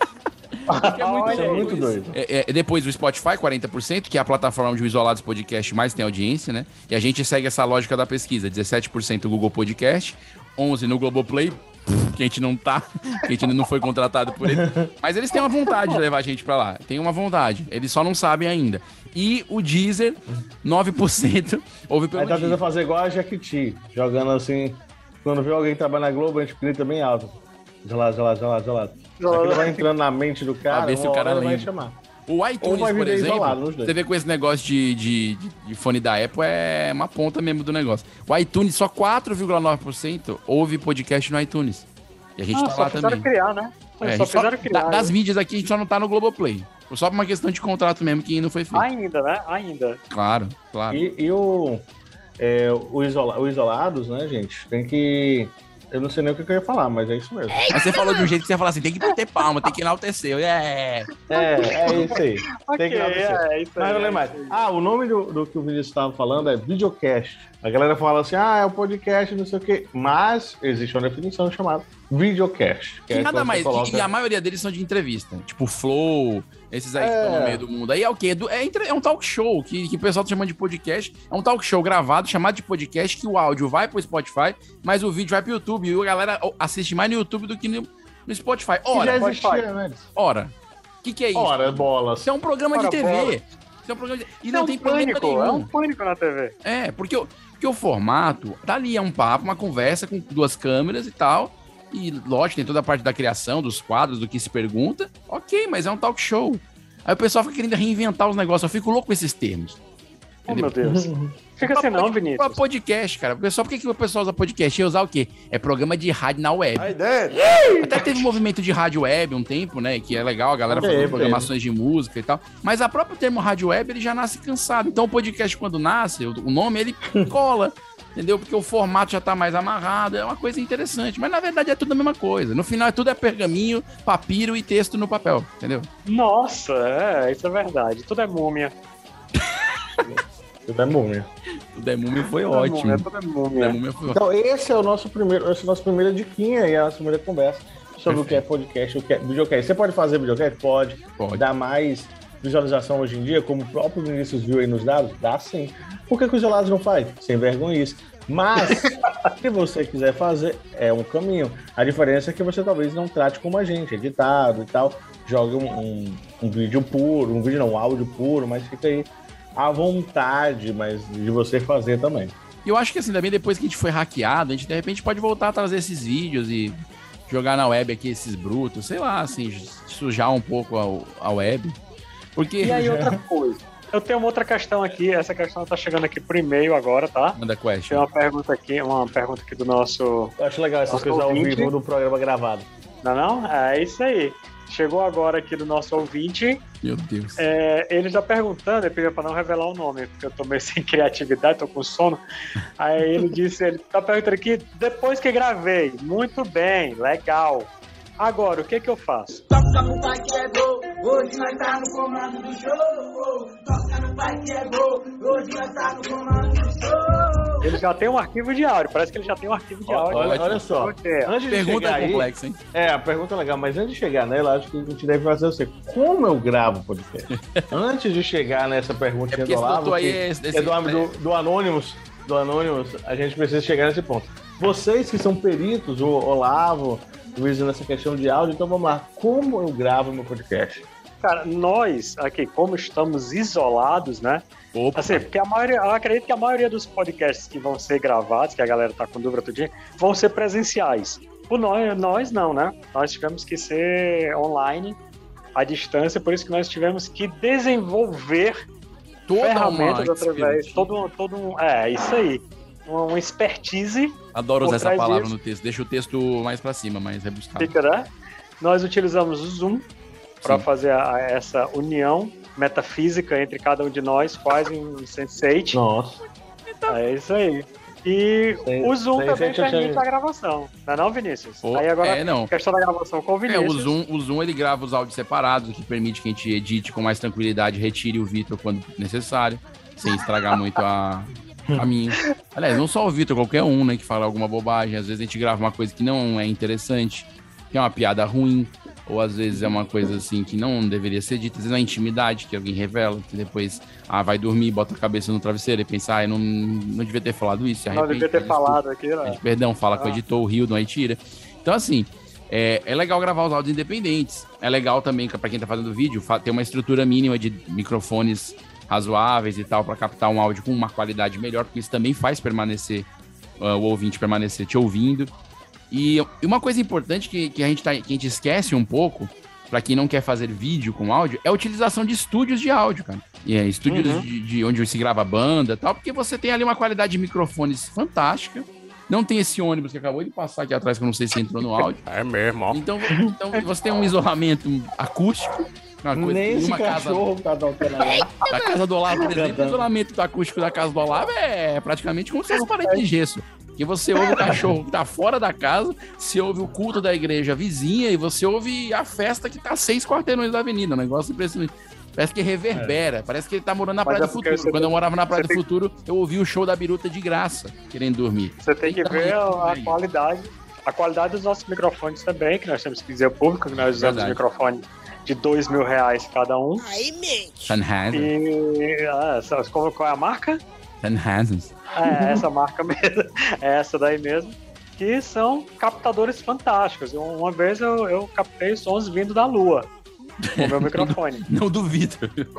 Que é muito, isso é muito doido. É, é, depois o Spotify, quarenta por cento, que é a plataforma onde o Isolados Podcast mais tem audiência, né? E a gente segue essa lógica da pesquisa. dezessete por cento no Google Podcast, onze por cento no Globoplay, que a gente não tá, que a gente ainda não foi contratado por ele. Mas eles têm uma vontade de levar a gente pra lá. Tem uma vontade. Eles só não sabem ainda. E o Deezer, nove por cento ouve pelo aí tá tentando Deezer. fazer igual a Jequiti, jogando assim, quando vê alguém que trabalha na Globo, a gente grita bem alto. Gelado, gelado, gelado, gelado. Aquilo vai entrando na mente do cara, Pra ver se uma o cara hora ele vai lembra. chamar. O Ou iTunes, vai por viver exemplo, isolado nos dois. você vê com esse negócio de, de, de- de fone da Apple, é uma ponta mesmo do negócio. O iTunes, só quatro vírgula nove por cento ouve podcast no iTunes. E a gente Ah, tá só lá fizeram também. criar, né? É, a só gente só- fizeram criar. da- das né? mídias aqui, a gente só não tá no Globoplay. Só por uma questão de contrato mesmo que não foi feito. Ainda, né? Ainda. Claro, claro. E, e o, é, o, isola, o Isolados, né, gente, tem que... Eu não sei nem o que eu ia falar, mas é isso mesmo. Mas você falou de um jeito que você ia falar assim, tem que bater palma, tem que enaltecer. É. É, é isso aí. Ok, Tem que acontecer. é isso aí. Mas não lembro mais. Ah, o nome do, do que o Vinícius estava falando é videocast. A galera fala assim, ah, é o podcast, não sei o quê. Mas existe uma definição chamada videocast. Que é nada quando mais. você coloca- E, e a maioria deles são de entrevista. Tipo Flow, esses aí que estão no É. meio do mundo. Aí é o quê? Do- É, entre- é um talk show, que, que o pessoal tá chamando de podcast. É um talk show gravado, chamado de podcast, que o áudio vai pro Spotify, mas o vídeo vai pro YouTube. E a galera assiste mais no YouTube do que no, no Spotify. Que já Ora, existia, né? ora. O que, que é isso? Ora, bolas. Isso é um programa Ora, de T bola. V. Isso é um programa de... E Isso não é um tem problema pânico, nenhum. é um pânico na T V. É, porque o, porque o formato, tá ali, é um papo, uma conversa com duas câmeras e tal. E, lógico, tem toda a parte da criação, dos quadros, do que se pergunta. Ok, mas é um talk show. Aí o pessoal fica querendo reinventar os negócios. Eu fico louco com esses termos. Oh, meu Deus. Fica assim não, Pra Vinícius. podcast, cara. O pessoal, por que, que o pessoal usa podcast? Ia usar o quê? É programa de rádio na web. Até teve um movimento de rádio web um tempo, né? Que é legal, a galera fazendo Teve, programações de música e tal. Mas a próprio termo rádio web, ele já nasce cansado. Então o podcast, quando nasce, o o nome, ele cola. Entendeu? Porque o formato já tá mais amarrado. É uma coisa interessante. Mas na verdade é tudo a mesma coisa. No final é tudo é pergaminho, papiro e texto no papel. Entendeu? Nossa, é, isso é verdade. Tudo é múmia. Tudo é múmia. O da Múmia foi Tudo é ótimo. múmia, tudo é O da múmia. Múmia foi ótimo. Então, esse é o nosso primeiro, esse é a nossa primeira diquinha e a nossa primeira conversa sobre o que é podcast, o que é videocast. Você pode fazer videocast? Pode. Pode. Dá mais visualização hoje em dia, como o próprio Vinícius viu aí nos dados? Dá sim. Por que, que os Isolados não faz? Sem vergonhice. Mas, se você quiser fazer, é um caminho. A diferença é que você talvez não trate como a gente, editado e tal. Jogue um, um, um vídeo puro, um vídeo não, um áudio puro, mas fica aí à vontade, mas de você fazer também. E eu acho que assim, também depois que a gente foi hackeado, a gente de repente pode voltar a trazer esses vídeos e jogar na web aqui esses brutos, sei lá, assim, sujar um pouco a, a web. Porque. E aí outra coisa. Eu tenho uma outra questão aqui, essa questão tá chegando aqui por e-mail agora, tá? Manda Tem question. uma pergunta aqui, uma pergunta aqui do nosso... Eu acho legal essas Nosso coisas ao ouvinte. vivo do programa gravado. Não, não? É isso aí. Chegou agora aqui do nosso ouvinte. Meu Deus. É, ele já perguntando, ele pediu pra não revelar o nome, porque eu tô meio sem criatividade, tô com sono. Aí ele disse, ele tá perguntando aqui, depois que gravei, muito bem, legal. Agora, o que que eu faço? Toca no pai que é gol, hoje nós tá no comando do show. Toca no pai que é gol, hoje nós tá no comando do show. Ele já tem um arquivo de áudio, parece que ele já tem um arquivo de áudio. Olha, olha só, antes de Pergunta chegar aí, complexa, hein? é, a pergunta é legal, mas antes de chegar nela, acho que a gente deve fazer assim, como eu gravo podcast? Antes de chegar nessa pergunta É porque esse do Olavo, doutor aí que é- é, esse- do, do, do Anonymous, do Anonymous, a gente precisa chegar nesse ponto. Vocês que são peritos, o Olavo, Luiz, nessa questão de áudio, então vamos lá, como eu gravo meu podcast? Cara, nós aqui, como estamos isolados, né? Opa. Assim, porque a maioria, eu acredito que a maioria dos podcasts que vão ser gravados, que a galera tá com dúvida todo dia, vão ser presenciais. Por nós, nós não, né? Nós tivemos que ser online, à distância, por isso que nós tivemos que desenvolver Toda ferramentas uma através, expertise. todo, um- todo um, é, isso aí, uma, uma expertise, Adoro por usar essa trás palavra disso. no texto. Deixa o texto mais pra cima, mais rebuscado. fica, né? Nós utilizamos o Zoom para Sim. fazer a- a- essa união metafísica entre cada um de nós, quase um sense eight. Nossa. É isso aí. E Sem- o Zoom sem também gente achando- permite a gravação, não é não, Vinícius? Pô, aí agora, é, não. a questão da gravação com o É, Vinícius. o Zoom, o Zoom ele grava os áudios separados, o que permite que a gente edite com mais tranquilidade, retire o Vitor quando necessário, sem estragar muito a caminho. Aliás, não só o Vitor, qualquer um, né, que fala alguma bobagem. Às vezes a gente grava uma coisa que não é interessante, que é uma piada ruim, ou às vezes é uma coisa assim que não deveria ser dita, às vezes é uma intimidade que alguém revela, que depois ah, vai dormir, bota a cabeça no travesseiro e pensa, ah, eu não, não devia ter falado isso, se Não arrepende, devia ter pede desculpa. falado aqui, né? Pede perdão, fala com o Ah. editor, o Rio, não aí tira. Então, assim, é, é legal gravar os áudios independentes. É legal também, pra quem tá fazendo vídeo, fa- ter uma estrutura mínima de microfones razoáveis e tal, pra captar um áudio com uma qualidade melhor, porque isso também faz permanecer, uh, o ouvinte permanecer te ouvindo. E, e uma coisa importante que, que, a gente tá, que a gente esquece um pouco, pra quem não quer fazer vídeo com áudio, é a utilização de estúdios de áudio, cara. E é, estúdios Uhum. de, de onde se grava banda e tal, porque você tem ali uma qualidade de microfones fantástica. Não tem esse ônibus que acabou de passar aqui atrás, que eu não sei se entrou no áudio. É mesmo, ó. Então, então você tem um isolamento acústico. Uma coisa, Nem esse uma casa, cachorro tá tocando agora. a casa do Olavo, por exemplo, o Cantando. isolamento do acústico da casa do Olavo é praticamente como se fosse parede de gesso. Que você ouve o cachorro que tá fora da casa, você ouve o culto da igreja vizinha e você ouve a festa que tá a seis quarteirões da avenida. Um negócio impressionante. Parece que reverbera, parece que ele tá morando na Mas Praia é do porque Futuro. você Quando eu tem- morava na Praia você do tem- Futuro, eu ouvi o show da Biruta de graça, querendo dormir. Você tem que Então, ver a, a aí. qualidade, a qualidade dos nossos microfones também, que nós temos que dizer ao público que nós usamos Verdade. microfone de dois mil reais cada um. Aí mente. Sennheiser. E ah, essa- qual, qual é a marca? Sennheiser. É essa marca mesmo, é essa daí mesmo. Que são captadores fantásticos. Eu- Uma vez eu, eu captei sons vindo da Lua com o meu microfone. Não duvido.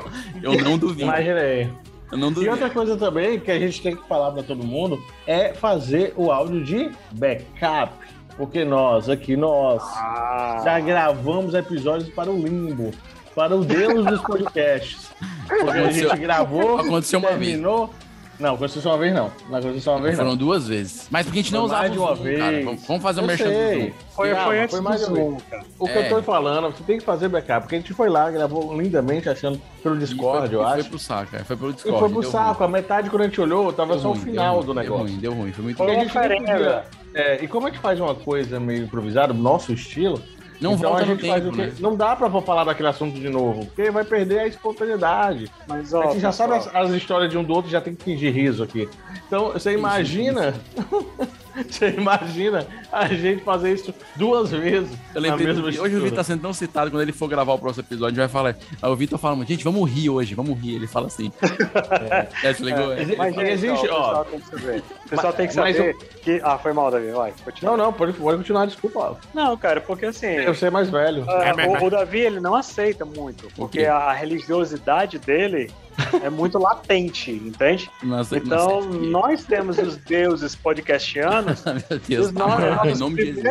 Eu não duvido. Imagina aí. Eu não E duvido. outra coisa também que a gente tem que falar para todo mundo é fazer o áudio de backup. Porque nós, aqui, nós Ah, já gravamos episódios para o limbo, para o Deus dos podcasts. Porque a Aconteceu- gente gravou, aconteceu uma vez. terminou... Não, aconteceu só uma vez não. Não aconteceu só uma vez Foram não. duas vezes. Mas porque a gente não Foi usava mais o de uma Zoom, vez. cara. Vamos, vamos fazer um Eu merchan do sei. Zoom. foi, Calma, foi antes foi do mais uma Zoom, cara. O que É. eu tô falando, você tem que fazer backup, porque a gente foi lá, gravou lindamente, achando pelo Discord, foi, eu foi acho. pro saco, é. Foi pelo E Discord. foi pro deu saco, ruim. a metade quando a gente olhou, tava Deu só o ruim, final deu do ruim, negócio. Deu ruim, deu ruim. Foi muito Foi Porque a ruim. gente nem oferenda. podia- é, e como a gente faz uma coisa meio improvisada, nosso estilo, Não então volta a no gente faz tempo, o quê? né? Não dá pra falar daquele assunto de novo, porque vai perder a espontaneidade. Mas, a ó, gente já sabe as, pessoal, as histórias de um do outro, já tem que fingir riso aqui. Então, você imagina... Você imagina a gente fazer isso duas vezes Eu na lembrei, mesma do, hoje o Vitor estrutura. tá sendo tão citado, quando ele for gravar o próximo episódio, a gente vai falar. Aí o Vitor fala, gente, vamos rir hoje, vamos rir. Ele fala assim. É, é, você ligou? É. Mas, gente, existe, ó, o ó, pessoal tem que saber. O pessoal tem que mas saber que... Ah, foi mal, Davi, vai, continua. Não, não, pode, pode continuar, desculpa. Não, cara, porque assim... Eu ser mais velho. ah, É, mas- o, o Davi, ele não aceita muito, porque quê? a religiosidade dele é muito latente, entende? Nossa, Então, nossa, que- nós temos os deuses podcastianos, Meu Deus, os nossos, em nossos nome de Jesus. primeiros,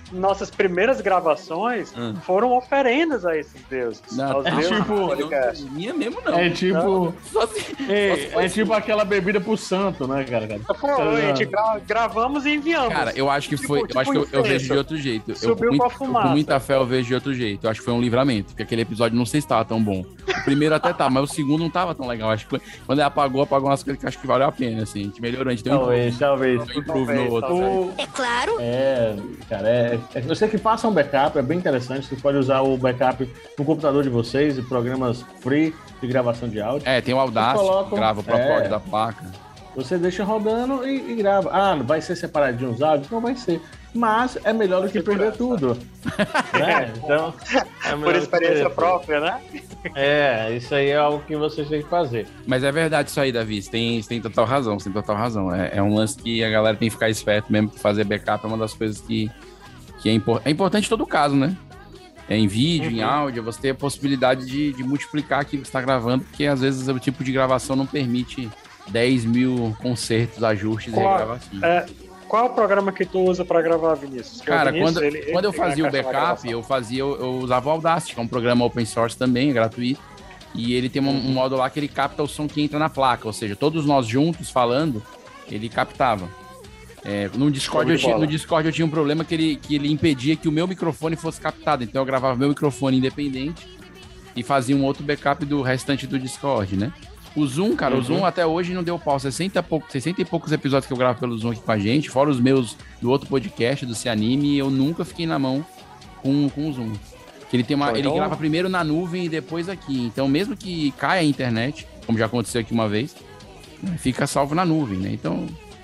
nossas primeiras gravações Hum. foram oferendas a esses deuses. Não, aos é deuses tipo- do podcast. Não, minha mesmo não. É tipo. Só se- É, só se foi é tipo aquela bebida pro santo, né, cara? cara? Pô, a gente gra- gravamos e enviamos. Cara, eu acho que Tipo- foi. eu tipo acho que eu, eu incenso. vejo de outro jeito. Eu, Subiu com, com a muito- fumaça. com muita fé eu vejo de outro jeito. Eu acho que foi um livramento. Porque aquele episódio não sei se estava tão bom. O primeiro até tá, mas o segundo não tava tão legal. Acho que quando ele apagou, apagou umas coisas que eu acho que valeu a pena, assim. A gente melhorou, a gente deu um Talvez, talvez. improve, um improve no outro. O- É claro. É, cara, é, é, eu sei que façam um backup, é bem interessante. Você pode usar o backup no computador de vocês e programas free de gravação de áudio. É, tem o Audacity, colocam- que grava o próprio é. áudio da placa. Você deixa rodando e, e grava. Ah, não vai ser separadinho os áudios? Não vai ser. Mas é melhor do que perder tudo. Né? Então, é melhor Por do que experiência perder tudo. própria, né? É, isso aí é algo que vocês têm que fazer. Mas é verdade isso aí, Davi. Você tem, você tem total razão, você tem total razão. É, é um lance que a galera tem que ficar esperto mesmo, porque fazer backup é uma das coisas que, que é, impor- é importante em todo caso, né? É em vídeo, em áudio, você tem a possibilidade de, de multiplicar aquilo que você está gravando, porque às vezes o tipo de gravação não permite dez mil concertos, ajustes e Qual- regravações. É, qual é o programa que tu usa pra gravar, Vinícius? Que o Cara, Vinícius, quando, ele- ele quando eu fica na fazia o caixa da backup, gravação. eu fazia, eu, eu usava o Audacity, que é um programa open source também, é gratuito. E ele tem um, um modo lá que ele capta o som que entra na placa, ou seja, todos nós juntos falando, ele captava. É, no, Discord Show eu de tinha, bola. no Discord eu tinha um problema que ele, que ele impedia que o meu microfone fosse captado. Então eu gravava meu microfone independente e fazia um outro backup do restante do Discord, né? O Zoom, cara, Uhum. o Zoom até hoje não deu pau. sessenta, pou- sessenta e poucos episódios que eu gravo pelo Zoom aqui com a gente, fora os meus do outro podcast, do Se Anime, eu nunca fiquei na mão com, com o Zoom. Que ele tem uma, Então- ele grava primeiro na nuvem e depois aqui. Então, mesmo que caia a internet, como já aconteceu aqui uma vez, né, fica salvo na nuvem, né? Então,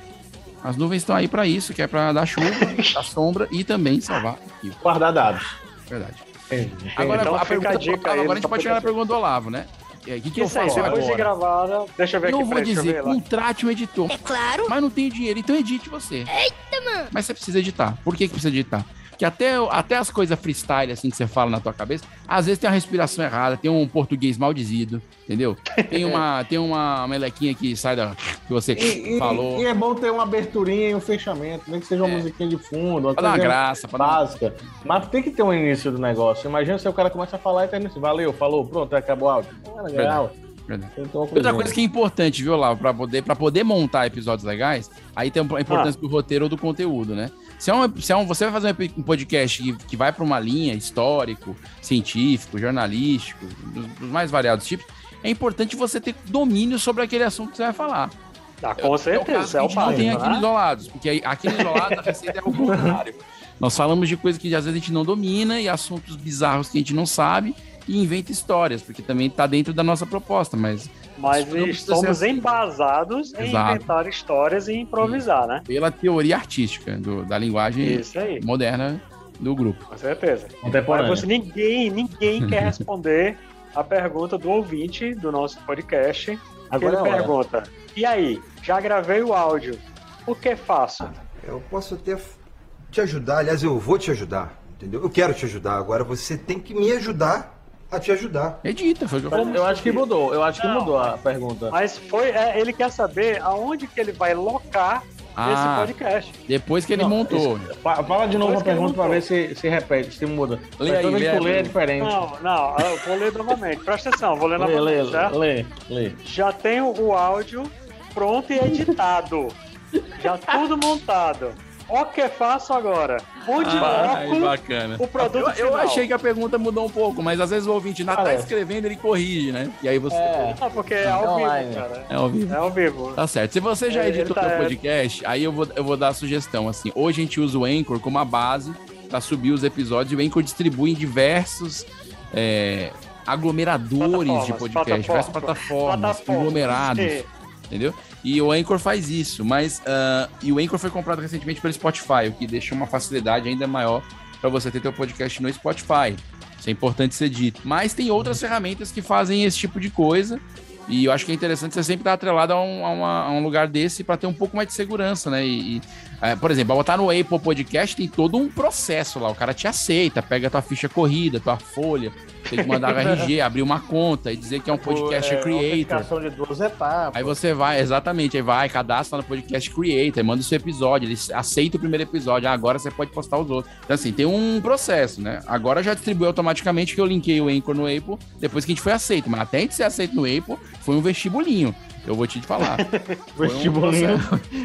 as nuvens estão aí pra isso, que é pra dar chuva, dar sombra e também salvar aqui. Guardar dados. Verdade. É, Agora, Então a fica pergunta a do dica Olavo, aí agora a no gente pode chegar na aplicativo. pergunta do Olavo, né? O que, que eu Isso aí, faço depois de agora? gravada, deixa eu ver Eu aqui, vou peraí, deixa eu dizer, ver lá. contrate um editor. É claro. Mas não tenho dinheiro, então edite você. Eita, mano! Mas você precisa editar. Por que, que precisa editar? Porque até, até as coisas freestyle, assim, que você fala na tua cabeça, às vezes tem uma respiração errada, tem um português mal dizido, entendeu? Tem uma, tem uma melequinha que sai da... que você E, e- falou. e é bom ter uma aberturinha e um fechamento, nem que seja uma É. musiquinha de fundo, uma Pra dar uma coisa graça, pra dar uma... básica. Mas tem que ter um início do negócio. Imagina se o cara começa a falar e termina assim, valeu, falou, pronto, acabou o áudio. Ah, legal. Verdade. Tem que ter uma Outra coisinha. coisa que é importante, viu, Olavo, pra poder, pra poder montar episódios legais, aí tem a importância do roteiro ou do conteúdo, né? Se, é um, se é um, você vai fazer um podcast que, que vai pra uma linha histórico, científico, jornalístico, dos, dos mais variados tipos, é importante você ter domínio sobre aquele assunto que você vai falar. Ah, com certeza, É é o o caso que a gente não tem básico, aqui no né? Isolados, porque aí- aqui no Isolados a receita é o contrário. Nós falamos de coisas que às vezes a gente não domina e assuntos bizarros que a gente não sabe e inventa histórias, porque também tá dentro da nossa proposta, mas Mas Isso não precisa somos ser assim. embasados em Exato. inventar histórias e improvisar, né? pela teoria artística do- da linguagem Isso aí, moderna do grupo. com certeza. Mas Contemporânea. você, ninguém, ninguém quer responder a pergunta do ouvinte do nosso podcast. Que Agora ele é a hora. pergunta: e aí, já gravei o áudio, o que faço? Eu posso até te ajudar, aliás, eu vou te ajudar, entendeu? Eu quero te ajudar, agora você tem que me ajudar a te ajudar. Edita, foi o que eu falei. Eu acho que mudou, eu acho que Não, mudou a pergunta. Mas foi, é, ele quer saber aonde que ele vai locar Ah, esse podcast. depois que ele Não, montou. esse- fa- Fala de novo Depois a que ele pergunta pra mudou. ver se, se repete, se muda. Lê Mas aí, toda vez lê que aí, tu lê é lê. diferente. Não, não, eu vou ler novamente. Presta atenção, vou ler Lê, lê, novamente, certo? lê, lê. Já tenho o áudio pronto e editado. Já tudo montado. O que faço agora? Onde Ai, loco bacana. o produto Eu, eu final? achei que a pergunta mudou um pouco, mas às vezes o ouvinte ainda tá Parece. escrevendo, ele corrige, né? E aí você... É, Ah, porque é ao online. vivo, cara. É ao vivo. É ao vivo. Tá certo. Se você já É, ele editou tá- seu podcast, aí eu vou, eu vou dar a sugestão, assim. Hoje a gente usa o Anchor como a base para subir os episódios e o Anchor distribui em diversos é, aglomeradores de Plataformas, podcast, diversas plataformas, Plataformas, conglomerados, sim. entendeu? E o Anchor faz isso, mas ah, e o Anchor foi comprado recentemente pelo Spotify, o que deixa uma facilidade ainda maior para você ter teu podcast no Spotify. Isso é importante ser dito. Mas tem outras ferramentas que fazem esse tipo de coisa. E eu acho que é interessante você sempre estar atrelado a um, a uma- a um lugar desse para ter um pouco mais de segurança, né? E, e É, por exemplo, pra botar no Apple Podcast tem todo um processo lá. O cara te aceita, pega tua ficha corrida, tua folha, tem que mandar o R G, abrir uma conta e dizer que é um podcast é, creator. Autenticação de duas etapas. Aí você vai, exatamente, aí vai, cadastra no podcast creator, manda o seu episódio, ele aceita o primeiro episódio, ah, agora você pode postar os outros. Então assim, tem um processo, né? Agora já distribui automaticamente que eu linkei o Anchor no Apple depois que a gente foi aceito, mas até a gente ser aceito no Apple foi um vestibulinho. Eu vou te falar. Vestibulinho.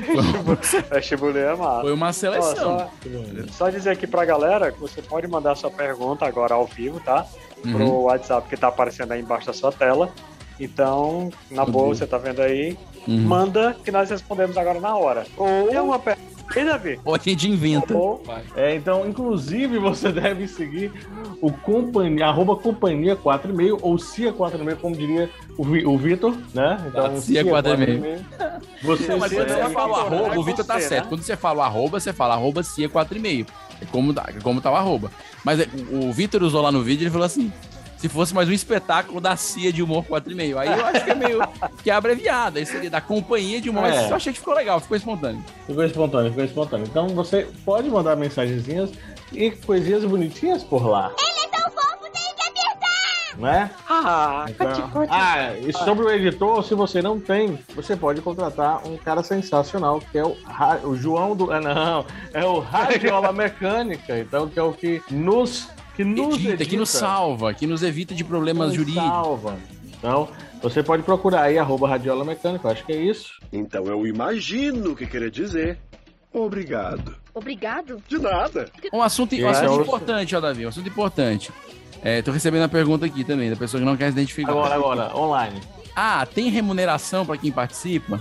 Um vestibulinho é massa. Foi uma seleção. Ó, só, só dizer aqui pra galera que você pode mandar sua pergunta agora ao vivo, tá? Uhum. Pro WhatsApp que tá aparecendo aí embaixo da sua tela. Então, na Meu boa, Deus. você tá vendo aí. Uhum. Manda que nós respondemos agora na hora. Ou tem uma pergunta aí, Davi? Ou a gente inventa. Ou... É, então, inclusive, você deve seguir o companhia, arroba companhia quatro e meio ou Cia quatro e meio, como diria o, Vi, o Vitor, né? Então, Cia quatro e meio. Você, Não, mas quando é, você fala o arroba, o Vitor tá você, certo. né? Quando você fala o arroba, você fala arroba Cia quatro e meio. É como, dá- é como tá o arroba. Mas é, o, o Vitor usou lá no vídeo, ele falou assim, se fosse mais um espetáculo da Cia de humor quatro e meio. Aí eu acho que é meio que é abreviado. Aí seria da companhia de humor. É. Mas eu achei que ficou legal, ficou espontâneo. Ficou espontâneo, ficou espontâneo. Então, você pode mandar mensagenzinhas e coisinhas bonitinhas por lá. Ele é tão fofo, tem que apertar! Né? Ah, Então, ah, e sobre o editor, se você não tem, você pode contratar um cara sensacional, que é o, Ra- o João do... Ah, não, é o Radiola Mecânica, então, que é o que nos... Que nos Edita, edita, que nos salva, que nos evita de problemas nos jurídicos. salva. Então, você pode procurar aí, arroba Radiola Mecânica, eu acho que é isso. Então eu imagino o que querer dizer. Obrigado. Obrigado? De nada. Um assunto, um É, assunto eu- importante, ó, Davi, um assunto importante. É, tô recebendo a pergunta aqui também, da pessoa que não quer se identificar. Agora, agora, online. Ah, tem remuneração pra quem participa?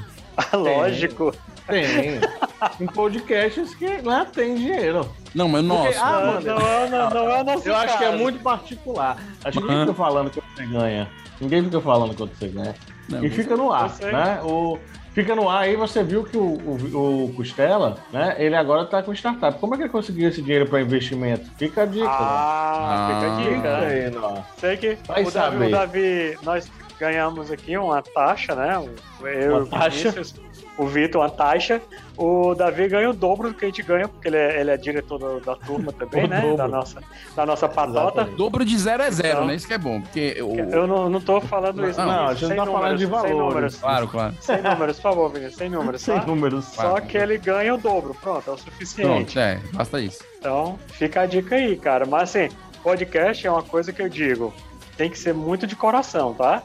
lógico. Tem. Em podcasts que né, tem dinheiro. Não, mas Porque- nossa. ah, Não, mano, não, é- não, não é o nosso eu acho que é caso. muito particular. Acho que ninguém Aham. fica falando quanto você ganha. Ninguém fica falando quanto você ganha. Não, e fica no ar, eu sei. né? O, fica no ar aí, você viu que o, o, o Costela, né? Ele agora tá com startup. Como é que ele conseguiu esse dinheiro para investimento? Fica a dica. Ah, fica a Ah. dica. Fica né? aí, não. Sei que Vai o Davi, saber. o Davi, nós ganhamos aqui uma taxa, né? Eu, Uma o taxa? Vinícius, o Vitor, uma taxa. O Davi ganha o dobro do que a gente ganha, porque ele é, ele é diretor do- da turma também, O né? dobro. Da nossa, da nossa patota. Exatamente. Dobro de zero é zero, Então- né? Isso que é bom, porque eu... Eu não, não tô falando isso. Não, Vinícius, a gente sem tá falando de números, sem valores. números. Claro, claro. Sem números, por favor, Vinícius, sem números, Sem tá? números. Só que ele ganha o dobro, pronto, é o suficiente. Pronto, é, basta isso. Então, fica a dica aí, cara. Mas assim, podcast é uma coisa que eu digo, tem que ser muito de coração, tá?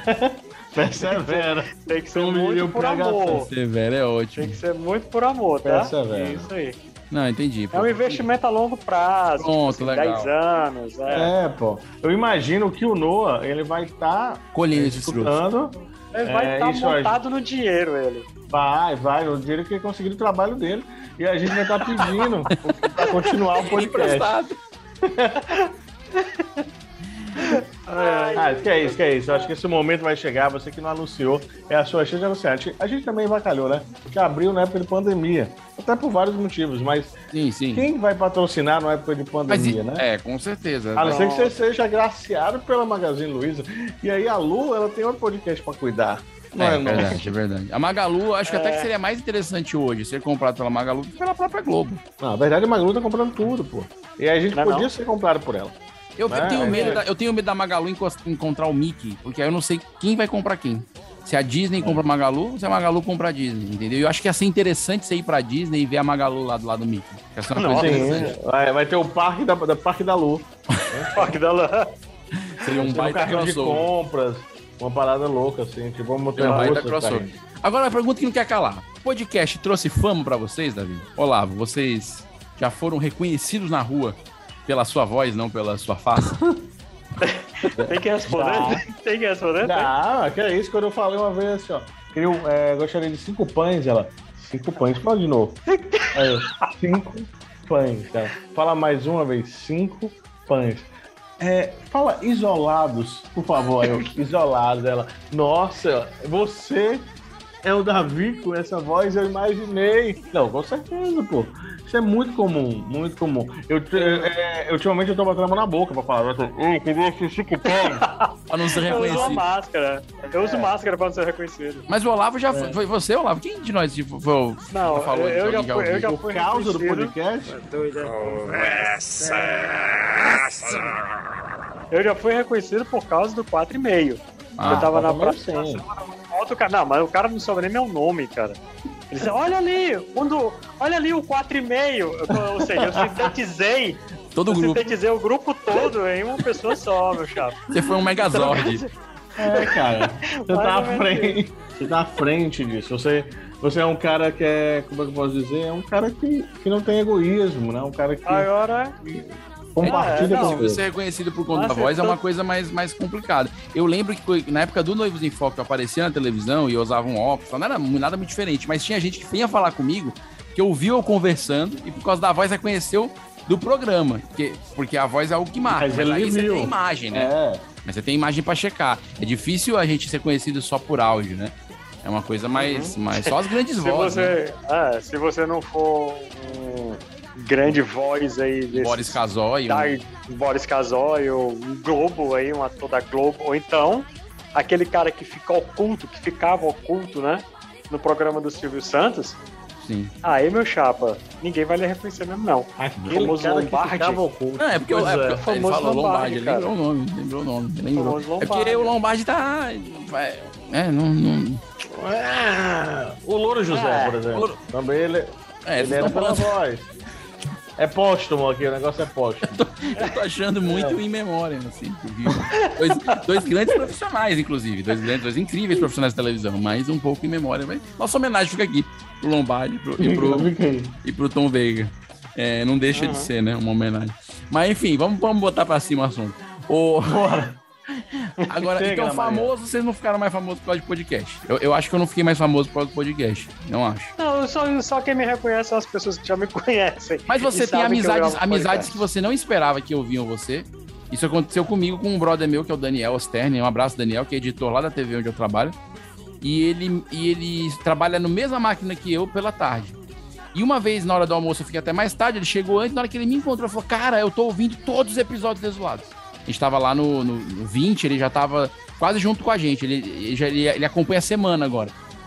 Persevera. Tem que ser Como diria muito o por P H C. amor. Severo é Tem ótimo. que ser muito por amor, tá? Persevera. É isso aí. Não, entendi. É um investimento a longo prazo, Pronto, tipo assim, legal. dez anos. É. É, pô. Eu imagino que o Noah, ele vai estar Colhendo esses frutos. escutando. Ele vai É, estar isso aí. montado no dinheiro, ele. Vai, vai, o dinheiro que ele conseguiu do trabalho dele. E a gente vai estar pedindo para continuar o podcast. Emprestado. Ah, que é isso, que é isso. Eu acho que esse momento vai chegar. Você que não anunciou, é a sua chance de anunciar. A gente- A gente também vacalhou, né? Porque abriu na época de pandemia. Até por vários motivos, mas Sim, sim. quem vai patrocinar na época de Mas, pandemia, né? é, com certeza. A não ser que você seja agraciado pela Magazine Luiza. E aí a Lu, ela tem outro podcast pra cuidar. Não É, é, não? verdade, é verdade. A Magalu, acho que até que seria mais interessante hoje ser comprado pela Magalu do que pela própria Globo. Não, na verdade a Magalu tá comprando tudo, pô. E aí a gente Não é podia não. ser comprado por ela. Eu, eu É, tenho medo é. da, eu tenho medo da Magalu encos- encontrar o Mickey, porque aí eu não sei quem vai comprar quem. Se a Disney compra a Magalu ou se a Magalu compra a Disney, entendeu? Eu acho que ia ser interessante você ir pra Disney e ver a Magalu lá do lado do Mickey. Essa é uma coisa Sim, interessante. vai, vai ter o parque da, da Parque da Lu. Parque da Lã. Seria um Tem um baita carrinho de crossover. compras, uma parada louca, assim, tipo uma Um montanha baita russa. crossover. Agora a pergunta que não quer calar. O podcast trouxe fama pra vocês, Davi? Olavo, vocês já foram reconhecidos na rua pela sua voz, não pela sua face? Tem que responder? Tá. Tem que responder? Tem. Ah, que é isso, quando eu falei uma vez assim, ó. Queria, um, é, gostaria de cinco pães, ela. Cinco pães, fala de novo. Aí eu, cinco pães, cara. Fala mais uma vez, cinco pães. É, fala isolados, por favor. Aí eu, isolados, ela. Nossa, você é o Davi com essa voz, eu imaginei. Não, com certeza, pô. Isso é muito comum, muito comum. Eu, eu, é, ultimamente eu tô botando a mão na boca pra falar. Eu tô, Ei, queria esses cinco pães. Pra não ser Eu uso reconhecido. uma máscara. Eu uso máscara pra não ser reconhecido. Mas o Olavo já foi, É. foi você, Olavo? Quem de nós tipo, foi, o- Não, já falou? eu, eu, já Alguém fui, eu já ouviu? fui Por causa do reconhecido. podcast? Eu já fui reconhecido por causa do quatro e meio. Ah, eu tava na mas praça. sim. Outro cara, não, mas o cara não soube nem meu nome, cara. Ele disse, olha ali, um do, olha ali o quatro e meio. Eu- Ou seja, eu sintetizei, Todo eu grupo. sintetizei o grupo todo em uma pessoa só, meu chapa. Você foi um Megazord. É, cara. Você Mais tá à ou menos frente. Você tá à frente disso. Você, você é um cara que é. Como é que eu posso dizer? É um cara que, que não tem egoísmo, né? Um cara que Agora, compartilha é, com não, os outros. Ser reconhecido por conta Nossa, da voz é eu tô- uma coisa mais, mais complicada. Eu lembro que foi- na época do Noivos em Foco eu aparecia na televisão e eu usava um óculos, não era mu- nada muito diferente, mas tinha gente que vinha falar comigo, que ouviu eu conversando e por causa da voz reconheceu do programa, porque, porque a voz é algo que marca, Mas mas, ele aí você viu. tem imagem, né? É. Mas você tem imagem pra checar. É difícil a gente ser conhecido só por áudio, né? É uma coisa mais, mais só as grandes se vozes, né? você, é, se você não for um grande voz aí desse, Boris Casoy, da, um- Boris Casoy, ou um Globo aí, um ator da Globo, ou então aquele cara que fica oculto, que ficava oculto, né? No programa do Silvio Santos. sim. Aí, meu chapa, ninguém vai lhe reconhecer mesmo, não. Aquele Famoso cara que Lombardi. ficava oculto. Não, é porque, eu, Pois é é. porque ele Famoso falou Lombardi, Lombardi, ele cara. lembrou o nome, lembrou o nome, lembrou. Famoso É Lombardi. porque o Lombardi tá... vai- É, não... não... É, o Louro José, É, por exemplo. Louro- Também ele, É, ele vocês era estão pela falando... voz. É póstumo aqui, o negócio é póstumo. Eu tô achando muito em memória, assim. porque Dois, dois grandes profissionais, inclusive. Dois grandes, dois incríveis profissionais de televisão, mas um pouco em memória. Mas nossa homenagem fica aqui pro Lombardi pro, e, pro, e pro Tom Veiga. É, não deixa de ser, né? Uma homenagem. Mas enfim, vamos, vamos botar pra cima o assunto. O... Agora, Chega, então, Ana famoso, vocês não ficaram mais famosos por causa de podcast. Eu, eu acho que eu não fiquei mais famoso por causa do podcast. Não acho. Não, só, só quem me reconhece são as pessoas que já me conhecem. Mas você E tem sabem que eu amizades, gravo amizades podcast. que você não esperava que ouviam você. Isso aconteceu comigo com um brother meu, que é o Daniel Osterni. Um abraço, Daniel, que é editor lá da T V onde eu trabalho. E ele, e ele trabalha na mesma máquina que eu pela tarde. E uma vez, na hora do almoço, eu fiquei até mais tarde, ele chegou antes, na hora que ele me encontrou, ele falou, cara, eu tô ouvindo todos os episódios Desolados. A gente tava lá no, no, no vinte, ele já tava quase junto com a gente, ele, ele, já, ele, ele acompanha a semana agora.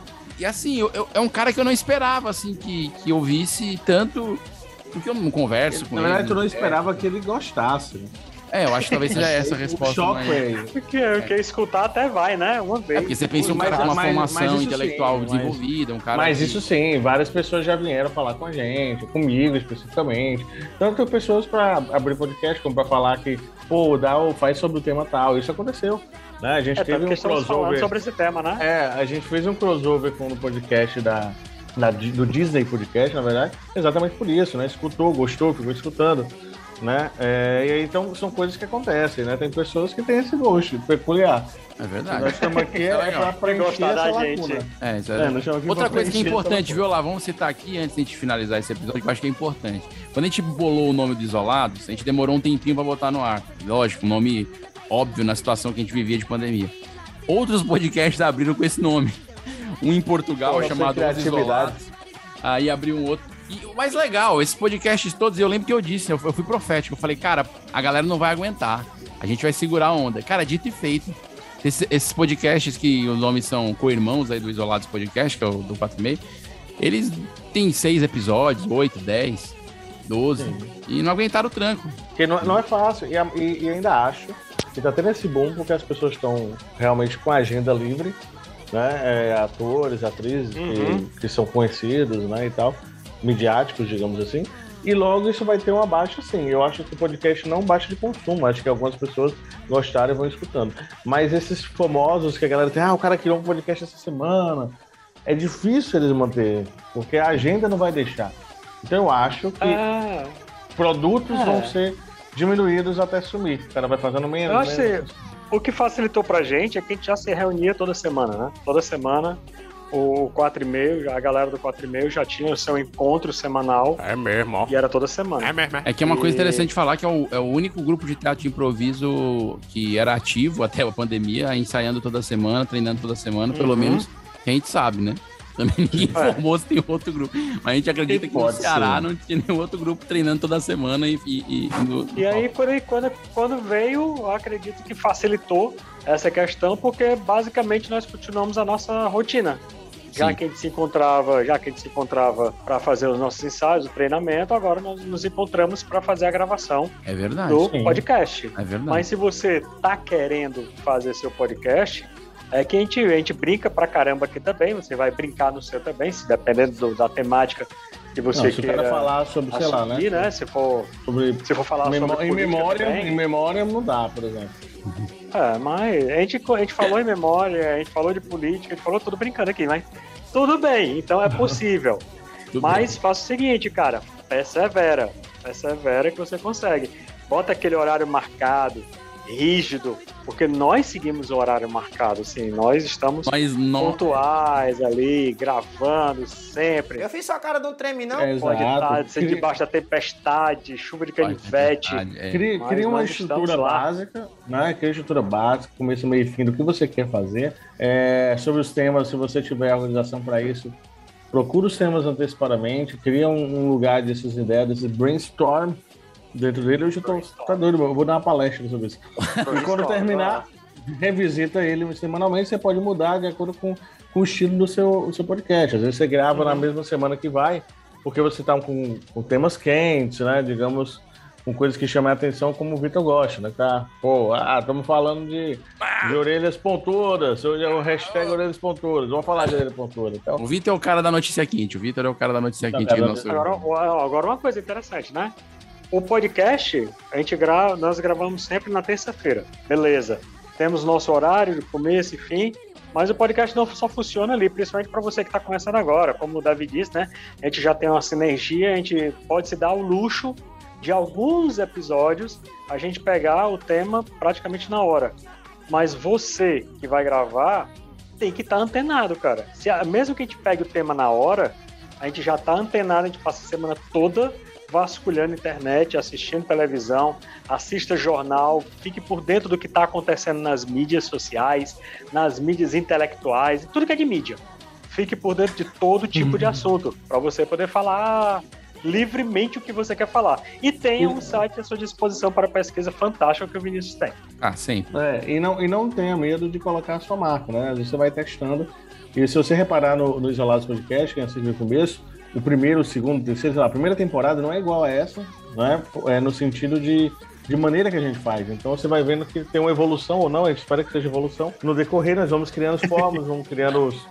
E assim, eu, eu- é um cara que eu não esperava, assim, que, que ouvisse tanto, porque eu não converso com Na ele. verdade, tu não esperava que ele gostasse. né? É, eu acho que talvez seja essa a O resposta. choque mas- foi aí. Porque eu quer escutar até vai, né? Uma É vez. porque você pensa em um Mas- cara com uma mas- formação mas isso intelectual sim, mas- desenvolvida, um cara Mas que- isso sim, várias pessoas já vieram falar com a gente, comigo especificamente. Tanto pessoas para abrir podcast, como para falar que, pô, dá ou faz sobre o tema tal. Isso aconteceu. Né? A gente É, teve tanto um que estamos falando crossover. sobre esse tema, né? É, a gente fez um crossover com o podcast da, da- do Disney Podcast, na verdade, exatamente por isso, né? Escutou, gostou, ficou escutando. Né? É, e aí, então são coisas que acontecem, né? Tem pessoas que têm esse gosto peculiar. É verdade. Nós estamos aqui É é legal. para preencher Gostar essa da gente. lacuna. É, isso É, é. nós estamos aqui Outra pra coisa que é preencher importante, essa viu, lá? Vamos citar aqui antes de a gente finalizar esse episódio, que eu acho que é importante. Quando a gente bolou o nome do Isolados, a gente demorou um tempinho pra botar no ar. Lógico, um nome óbvio na situação que a gente vivia de pandemia. Outros podcasts abriram com esse nome. Um em Portugal, Nossa, chamado Os criatividade. Isolados. Aí abriu um outro. E o mais legal, esses podcasts todos, eu lembro que eu disse, eu fui, eu fui profético, eu falei, cara, a galera não vai aguentar, a gente vai segurar a onda. Cara, dito e feito. Esse- esses podcasts que os nomes são co-irmãos aí do Isolados Podcast, que é o do quatro e meio, eles têm seis episódios, oito, dez, doze, e não aguentaram o tranco. Porque não, não é fácil. E, a- e- e ainda acho que tá tendo esse boom porque as pessoas estão realmente com a agenda livre, né? É, atores, atrizes Uhum. que, que são conhecidos, né? E tal, midiáticos, digamos assim. E logo isso vai ter uma baixa, sim. Eu acho que o podcast não baixa de consumo. Acho que algumas pessoas gostaram e vão escutando. Mas esses famosos que a galera tem, ah, o cara criou um podcast essa semana. É difícil eles manter, porque a agenda não vai deixar. Então eu acho que Ah, produtos É. vão ser diminuídos até sumir. O cara vai fazendo menos. eu acho menos. que o que facilitou pra gente é que a gente já se reunia toda semana, né? Toda semana o quatro e meio, a galera do quatro e meio já tinha o seu encontro semanal É mesmo, ó. e era toda semana. É mesmo, é. É que é uma coisa E- interessante falar que é o, é o único grupo de teatro de improviso que era ativo até a pandemia, ensaiando toda semana, treinando toda semana, pelo Uhum. menos que a gente sabe, né? Também ninguém informou se tem outro grupo. Mas a gente acredita que no Pode Ceará ser. não tinha nenhum outro grupo treinando toda semana e... E, e, no- E aí, quando, quando, quando veio, eu acredito que facilitou essa questão, porque basicamente nós continuamos a nossa rotina. Já Sim. que a gente se encontrava, já que a gente se encontrava para fazer os nossos ensaios, o treinamento, agora nós nos encontramos para fazer a gravação É verdade. do sim. podcast. É verdade. Mas se você tá querendo fazer seu podcast, é que a gente, a gente brinca pra caramba aqui também, você vai brincar no seu também, se dependendo do- da temática que você Não, se o queira cara falar sobre, sei lá, né? assumir, né? Se for, Sobre se for falar Memó- sobre em política memória, também. em memória não dá, por exemplo. É, mas a gente, a gente falou em memória, a gente falou de política, a gente falou tudo brincando aqui, mas tudo bem, então é possível. Tudo Mas bem. faça o seguinte, cara, persevera, persevera que você consegue. Bota aquele horário marcado, rígido, porque nós seguimos o horário marcado, assim, nós estamos Mas não... pontuais ali, gravando sempre. Eu fiz sua cara não treme, não? É, Pode exato. estar ser Cria- debaixo da tempestade, chuva de canivete. É. Cria, Mas cria uma nós estrutura estamos lá. básica, né? Cria uma estrutura básica, começo, meio e fim do que você quer fazer. É, sobre os temas, se você tiver organização para isso, procura os temas antecipadamente, cria um, um lugar dessas ideias, desse brainstorm dentro dele. Hoje eu tô tá doido, eu vou dar uma palestra sobre isso. E quando terminar, revisita ele semanalmente, você pode mudar de acordo com, com o estilo do seu, do seu podcast. Às vezes você grava na mesma semana que vai, porque você tá com, com temas quentes, né? Digamos, com coisas que chamam a atenção, como o Vitor gosta, né? Tá, pô, ah, estamos falando de, de orelhas pontudas, hoje é o hashtag orelhas pontudas, vamos falar de orelhas pontudas. Então, O Vitor é o cara da notícia quente. O Vitor é o cara da notícia Tá, quente. cara, nosso- Agora, agora uma coisa interessante, né? O podcast, a gente grava, nós gravamos sempre na terça-feira, beleza. Temos nosso horário de começo e fim, mas o podcast não só funciona ali, principalmente para você que está começando agora. Como o Davi disse, né? A gente já tem uma sinergia, a gente pode se dar o luxo de alguns episódios a gente pegar o tema praticamente na hora. Mas você que vai gravar tem que estar antenado, cara. Se, a- mesmo que a gente pegue o tema na hora, a gente já está antenado, a gente passa a semana toda vasculhando internet, assistindo televisão, assista jornal, fique por dentro do que está acontecendo nas mídias sociais, nas mídias intelectuais, tudo que é de mídia. Fique por dentro de todo tipo de assunto, para você poder falar livremente o que você quer falar. E tenha um site à sua disposição para pesquisa fantástica que o Vinícius tem. Ah, sempre. é, e, não, e não tenha medo de colocar a sua marca, né? Às vezes você vai testando. E se você reparar no, no Isolados Podcast, que é assim no começo, o primeiro, o segundo, o terceiro, sei lá, a primeira temporada não é igual a essa, né? É no sentido de, de maneira que a gente faz. Então você vai vendo que tem uma evolução ou não, a gente espera que seja evolução. No decorrer, nós vamos criando as formas, vamos criando, os,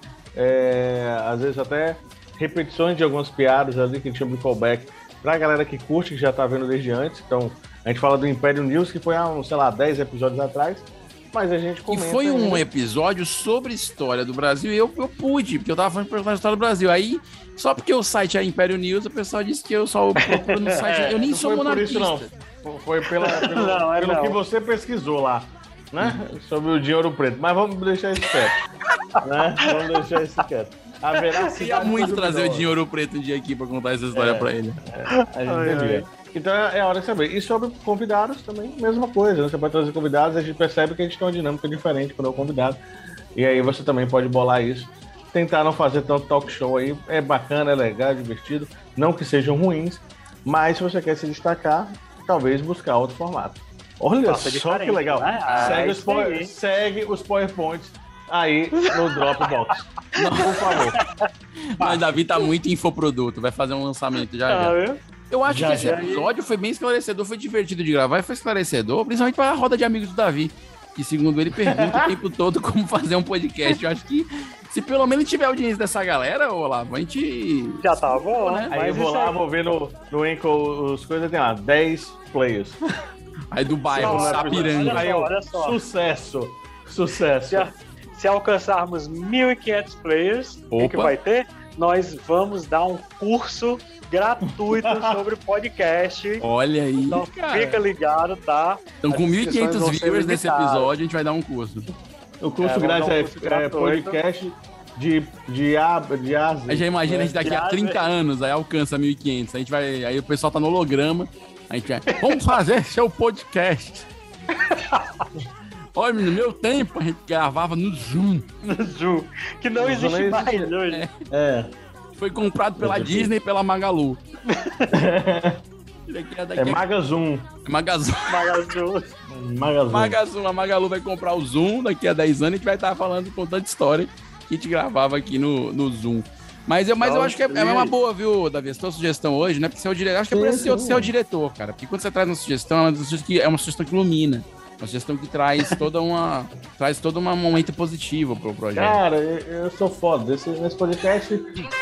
é, às vezes até repetições de algumas piadas ali que a gente chama de callback, pra galera que curte, que já tá vendo desde antes. Então, a gente fala do Império News, que foi há, uns, sei lá, dez episódios atrás, mas a gente E comenta... foi um ainda. episódio sobre história do Brasil e eu, eu pude, porque eu tava falando de história do Brasil. Aí, só porque o site é Império News, o pessoal disse que eu só procuro no site. Eu nem não sou foi por monarquista. isso, não. Foi pela, pelo, Não, é pelo não. que você pesquisou lá, né? Sobre o dinheiro preto. Mas vamos deixar isso quieto. Né? Vamos deixar isso quieto. Haverá Queria muito trazer o Dinheiro Preto um dia aqui pra contar essa história É. pra ele. A gente devia. Então é a hora de saber. E sobre convidados também, mesma coisa. Né? Você pode trazer convidados, a gente percebe que a gente tem uma dinâmica diferente quando é o convidado. E aí você também pode bolar isso. Tentar não fazer tanto talk show aí. É bacana, é legal, é divertido. Não que sejam ruins, mas se você quer se destacar, talvez buscar outro formato. Olha Faça só que diferente, legal. né? Ah, segue, os isso po- aí. segue os PowerPoints aí no Dropbox. Por favor. Mas Davi tá muito infoproduto, vai fazer um lançamento já Ah, já. viu? Eu acho Já, que esse já. episódio foi bem esclarecedor, foi divertido de gravar e foi esclarecedor, principalmente para a roda de amigos do Davi, que segundo ele pergunta o tempo todo como fazer um podcast. Eu acho que se pelo menos tiver audiência dessa galera, Olavo, a gente... Já tá bom, né? Aí Mas eu vou isso lá, aí- vou ver no, no Enco os coisas, tem lá, dez players. Aí do bairro, Só, Sapiranga. Aí eu, olha só. sucesso, sucesso. Se, a- se alcançarmos mil e quinhentos players, o que, que Opa. vai ter? Nós vamos dar um curso gratuito sobre podcast. Olha aí, Então cara. fica ligado, tá? Então com As mil e inscrições quinhentos vão ser viewers nesse limitadas. episódio, a gente vai dar um curso. O curso É, vamos grátis dar um é, curso é gratuito. podcast de, de, A, de A a Z. Aí já imagina a gente daqui a Aliás, trinta é- anos, aí alcança mil e quinhentos. A gente vai, aí o pessoal tá no holograma. A gente vai, vamos fazer seu podcast. Olha, no meu tempo a gente gravava no Zoom. No Zoom. Que não No existe Zoom não mais existe. hoje. É. É. Foi comprado pela É. Disney e pela Magalu. Daqui a- daqui É a- Magazum. Magazum. Magazul. Magazum. Magazum. A Magalu vai comprar o Zoom. Daqui a dez anos a gente vai estar falando, contando história que a gente gravava aqui no, no Zoom. Mas eu, mas eu acho que é, é uma boa, viu, Davi? A sua sugestão hoje, né? Porque você é o diretor. Acho que é por Sim, esse sim. ser o diretor, cara. Porque quando você traz uma sugestão, é uma sugestão que, é uma sugestão que ilumina. Uma sugestão que traz toda uma. traz todo um momento positivo pro projeto. Cara, eu, eu sou foda. Nesse, nesse podcast.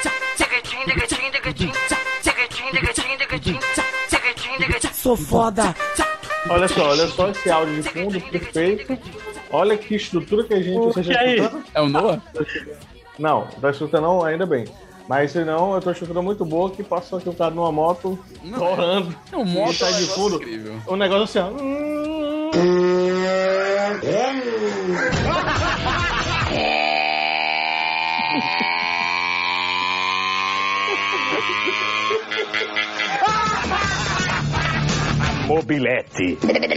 Sou foda. Olha só, olha só esse áudio de fundo perfeito. Olha que estrutura que a gente. O Você que já é escutando? É o Noah? Não, tá escutando não, ainda bem. Mas se não, eu tô escutando muito boa que passou aqui um cara numa moto torando. Não, moto E tá é um de negócio fundo. incrível. Um negócio assim, ó. Mobilete.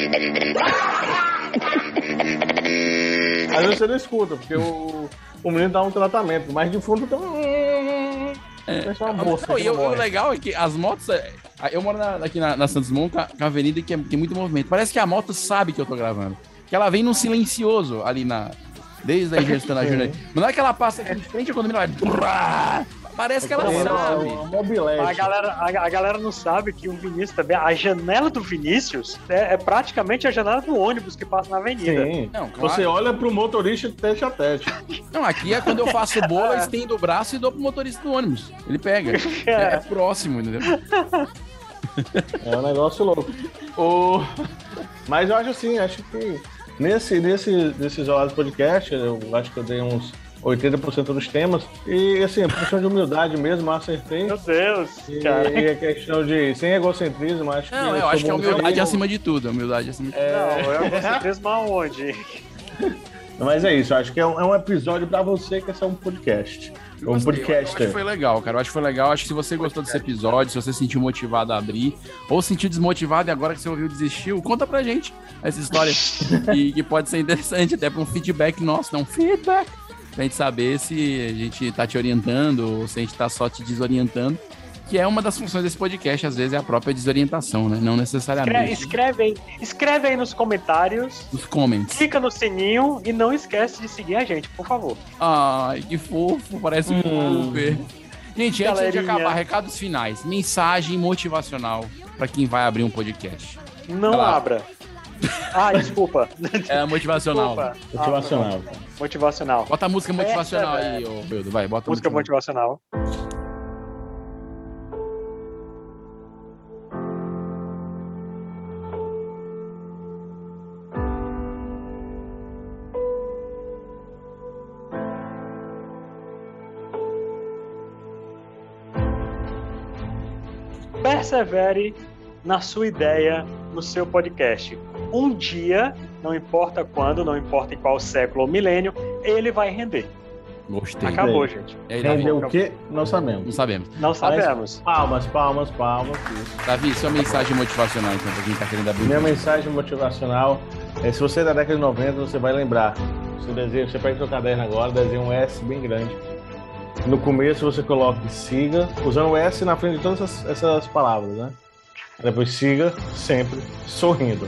Às vezes você não escuta, porque o, o menino dá um tratamento, mas de fundo tá. É só uma moça. Não, que e não o, o morre. legal é que as motos. é, Eu moro na- aqui na, na Santos Dumont, com a- com a avenida que é- tem muito movimento. Parece que a moto sabe que eu tô gravando. Que ela vem num silencioso ali na. Desde a Engenho da Júnior. Mas na hora que ela passa aqui de frente ao condomínio, ela vai. Parece que ela Não, sabe. não, mobilete. A galera, a, a galera não sabe que o Vinícius também. A janela do Vinícius é, é praticamente a janela do ônibus que passa na avenida. Sim. Não, claro. Você olha pro motorista tete a tete. Não, aqui é quando eu faço bolo, eu estendo o braço e dou pro motorista do ônibus. Ele pega. É, é próximo, entendeu? É um negócio louco. O... Mas eu acho assim, acho que nesse, nesse, nesse isolado podcast, eu acho que eu dei uns oitenta por cento dos temas. E assim, a questão de humildade mesmo, eu acertei. Meu Deus, E, cara. e a questão de sem egocentrismo, acho que. Não, eu acho que a sou humildade é muito- acima de tudo. A humildade é acima de tudo. Não, eu vou mesmo aonde? Mas é isso, acho que é um, é um episódio pra você que é só um podcast. Eu Um gostei, eu acho podcaster. que foi legal, cara. Eu acho que foi legal. Acho que se você gostou desse episódio, se você se sentiu motivado a abrir, ou se sentiu desmotivado e agora que você ouviu desistiu, conta pra gente essa história. e que pode ser interessante, até pra um feedback nosso, não um feedback. Pra gente saber se a gente tá te orientando ou se a gente tá só te desorientando. Que é uma das funções desse podcast, às vezes, é a própria desorientação, né? Não Escreve, necessariamente. escreve, aí, escreve aí nos comentários, Os comments. clica no sininho e não esquece de seguir a gente, por favor. Ai, que fofo, parece um Hum. Uber. Gente, antes de Galerinha. acabar, recados finais. Mensagem motivacional pra quem vai abrir um podcast. Não Vai lá. abra. Ah, desculpa. É motivacional. Desculpa. Motivacional. Ah, motivacional. Bota a música motivacional Essa, aí, ô Beldo. Vai, bota a Música música. motivacional. Persevere na sua ideia, no seu podcast. Um dia, não importa quando, não importa em qual século ou milênio, ele vai render. Gostei. Acabou, Bem. gente. E aí, Davi? Entendeu o quê? Não sabemos. Não sabemos. Não sabemos. Palmas, palmas, palmas. Isso. Davi, sua mensagem motivacional, então, pra quem tá querendo abrir. Minha mensagem motivacional é: se você é da década de noventa, você vai lembrar. Você desenha, você pega seu caderno agora, desenha um S bem grande. No começo você coloca siga, usando o S na frente de todas essas, essas palavras, né? Depois siga sempre sorrindo.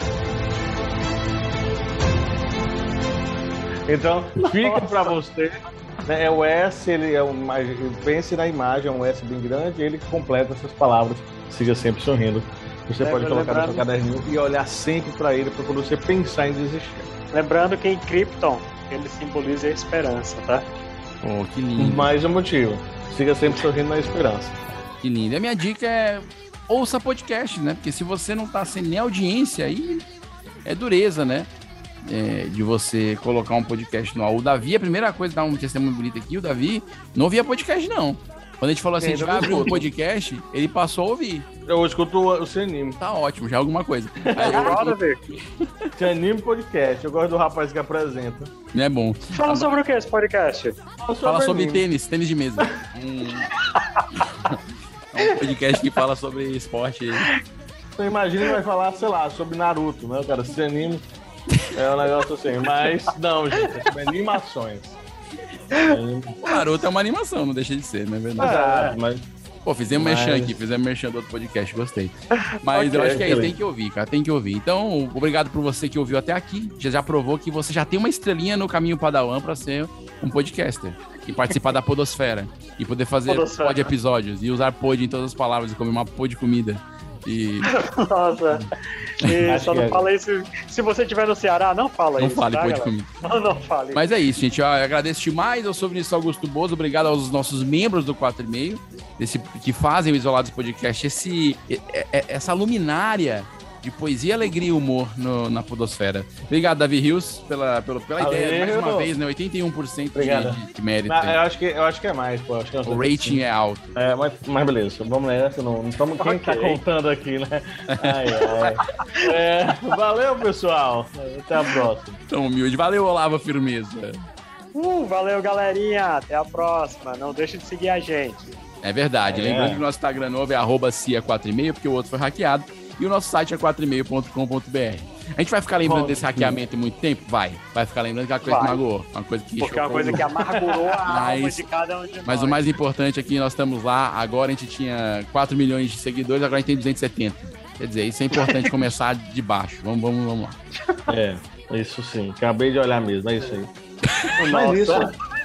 Então, fica para você, né? É o S, ele é uma, pense na imagem, é um S bem grande, ele que completa essas palavras, siga sempre sorrindo. Você Lembra- pode colocar no seu lembrando- caderninho e olhar sempre para ele, para quando você pensar em desistir. Lembrando que em Krypton, ele simboliza a esperança, tá? Pô, que lindo. Mais um motivo, siga sempre sorrindo na esperança. Que lindo. E a minha dica é ouça podcast, né? Porque se você não tá sem nem audiência, aí é dureza, né? É, de você colocar um podcast no ar. O Davi, a primeira coisa, dá um testemunho bonito aqui, o Davi não ouvia podcast, não. Quando a gente falou assim, a gente vai abrir um podcast, ele passou a ouvir. Eu escuto o, o Seu Anime. Tá ótimo, já é alguma coisa. Aí Bora eu, ver. Seu Anime Podcast, eu gosto do rapaz que apresenta. não é bom. Fala sobre o que esse podcast? Fala sobre anime. tênis, tênis de mesa. Hum. É um podcast que fala sobre esporte. Então imagina que vai falar, sei lá, sobre Naruto, né? O cara se anime. É um negócio assim, mas não, gente, é sobre animações. O Naruto é uma animação, não deixa de ser, não é verdade? Ah, mas... Pô, fizemos mas... merchan aqui, fizemos merchan do outro podcast, gostei. Mas Okay, eu acho que é isso, okay. tem que ouvir, cara, tem que ouvir. Então, obrigado por você que ouviu até aqui. Já já provou que você já tem uma estrelinha no caminho Padawan pra ser um podcaster. E participar da podosfera. E poder fazer Podosfera. pod episódios. E usar pod em todas as palavras e comer uma pod de comida. E... Nossa. E Acho só que não é. fala isso. Se você estiver no Ceará, não fala Não isso. fale tá, pod de galera? comida. Não, não fale. Mas é isso, gente. Eu agradeço demais. Eu sou o Vinícius Augusto Bozo. Obrigado aos nossos membros do quatro e meio, desse, que fazem o Isolados Podcast, esse, é- é- essa luminária de poesia, alegria e humor no- na podosfera. Obrigado, Davi Rios, pela, pela, pela Valeu. ideia. Mais uma vez, né? oitenta e um por cento de, Obrigado. de, de mérito. Não, eu, acho que, eu acho que é mais, pô. Acho que é uns O rating é alto. É, mas, mas beleza, vamos nessa. Não, não estamos quem tá Ok. contando aqui, né? Ai, ai. É, valeu, pessoal. Até a próxima. Tão humilde. Valeu, Olavo Firmeza. Uh, valeu, galerinha. Até a próxima. Não deixe de seguir a gente. É verdade. É. Lembrando que o nosso Instagram novo é arroba cia quatro e meio, porque o outro foi hackeado. E o nosso site é quatro e meio ponto com ponto b r. A gente vai ficar lembrando Ponto. desse hackeamento em muito tempo? Vai. Vai ficar lembrando que é uma coisa que Vai. magoou. Uma coisa que Porque é uma chocou coisa muito. que amargurou a alma Mas- de cada um de Mas nós. o mais importante é que nós estamos lá. Agora a gente tinha quatro milhões de seguidores, agora a gente tem duzentos e setenta. Quer dizer, isso é importante começar de baixo. Vamos, vamos, vamos lá. É, isso sim. Acabei de olhar mesmo, é isso aí. Nossa. Mas isso.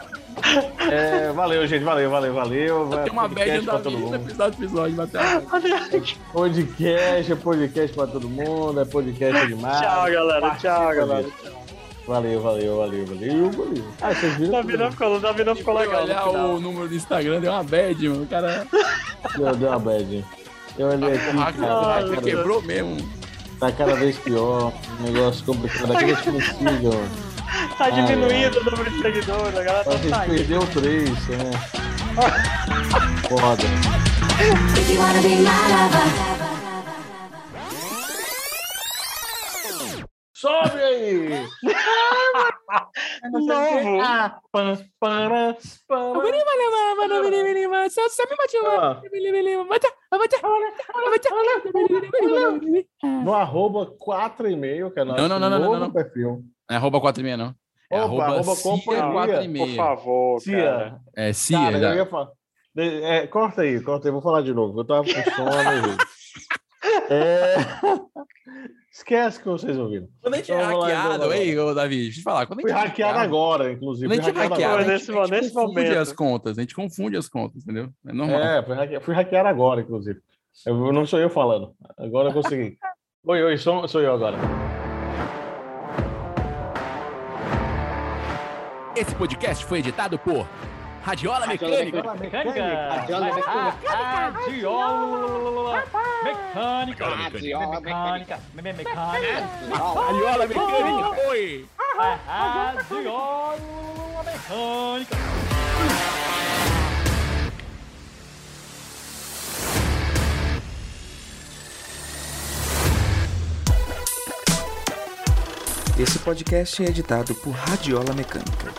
É, valeu, gente. Valeu, valeu, valeu. Tem uma Podcast média pra da todo vida no mundo. episódio, episódio, vai até Podcast, é podcast pra todo mundo, é podcast demais. Tchau, galera. Participa Tchau, galera. disso. Valeu, valeu, valeu, valeu, valeu. Ah, vocês viram? Davi não ficou, Davi não ficou legal. no olhar final. o número do Instagram, deu uma bad, mano. O cara. Deu, deu uma bad. Eu olhei aqui, O hacker, o cara, hacker tá, quebrou mesmo. tá cada vez pior. Um negócio complicado. Aqui é desconhecido. Tá Ai, diminuindo o número de seguidores, a galera A tá gente saindo. perdeu três, né? Foda. If you wanna be my lover. Sobe aí! Novo. Ah, pam, para, para. No arroba quatro e meio, que é nosso Não, não, não, não, novo não, não. perfil. Não é arroba quatro e meio, não. É Opa, arroba, arroba cia companhia, quatro e Por meio. favor, Cia. cara. É cia, Cara, já. eu ia falar. De- é, corta aí, corta aí, vou falar de novo. Eu tava com sono. gente. É... Esquece que vocês ouviram. Quando a gente é Então, vamos lá, hackeado, então, ei, ô, Davi, deixa eu te falar. Quando a Fui gente é hackeado agora, inclusive. Quando a gente é Fui hackeado hackeado, a agora. gente, Nesse- a gente nesse confunde momento. as contas. A gente confunde as contas, entendeu? É normal. É, fui hackeado, fui hackeado agora, inclusive. Eu, não sou eu falando. Agora eu consegui. Oi, oi, sou, sou eu agora. Esse podcast foi editado por Radiola Mecânica. Mecânica. Radiola mecânica. Radiola mecânica. Radiola mecânica. Mecânica. Radiola Mecânica. Oi. Radiola mecânica. Esse podcast é editado por Radiola Mecânica.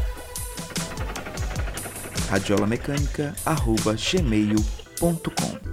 radiolamecânica arroba gmail ponto com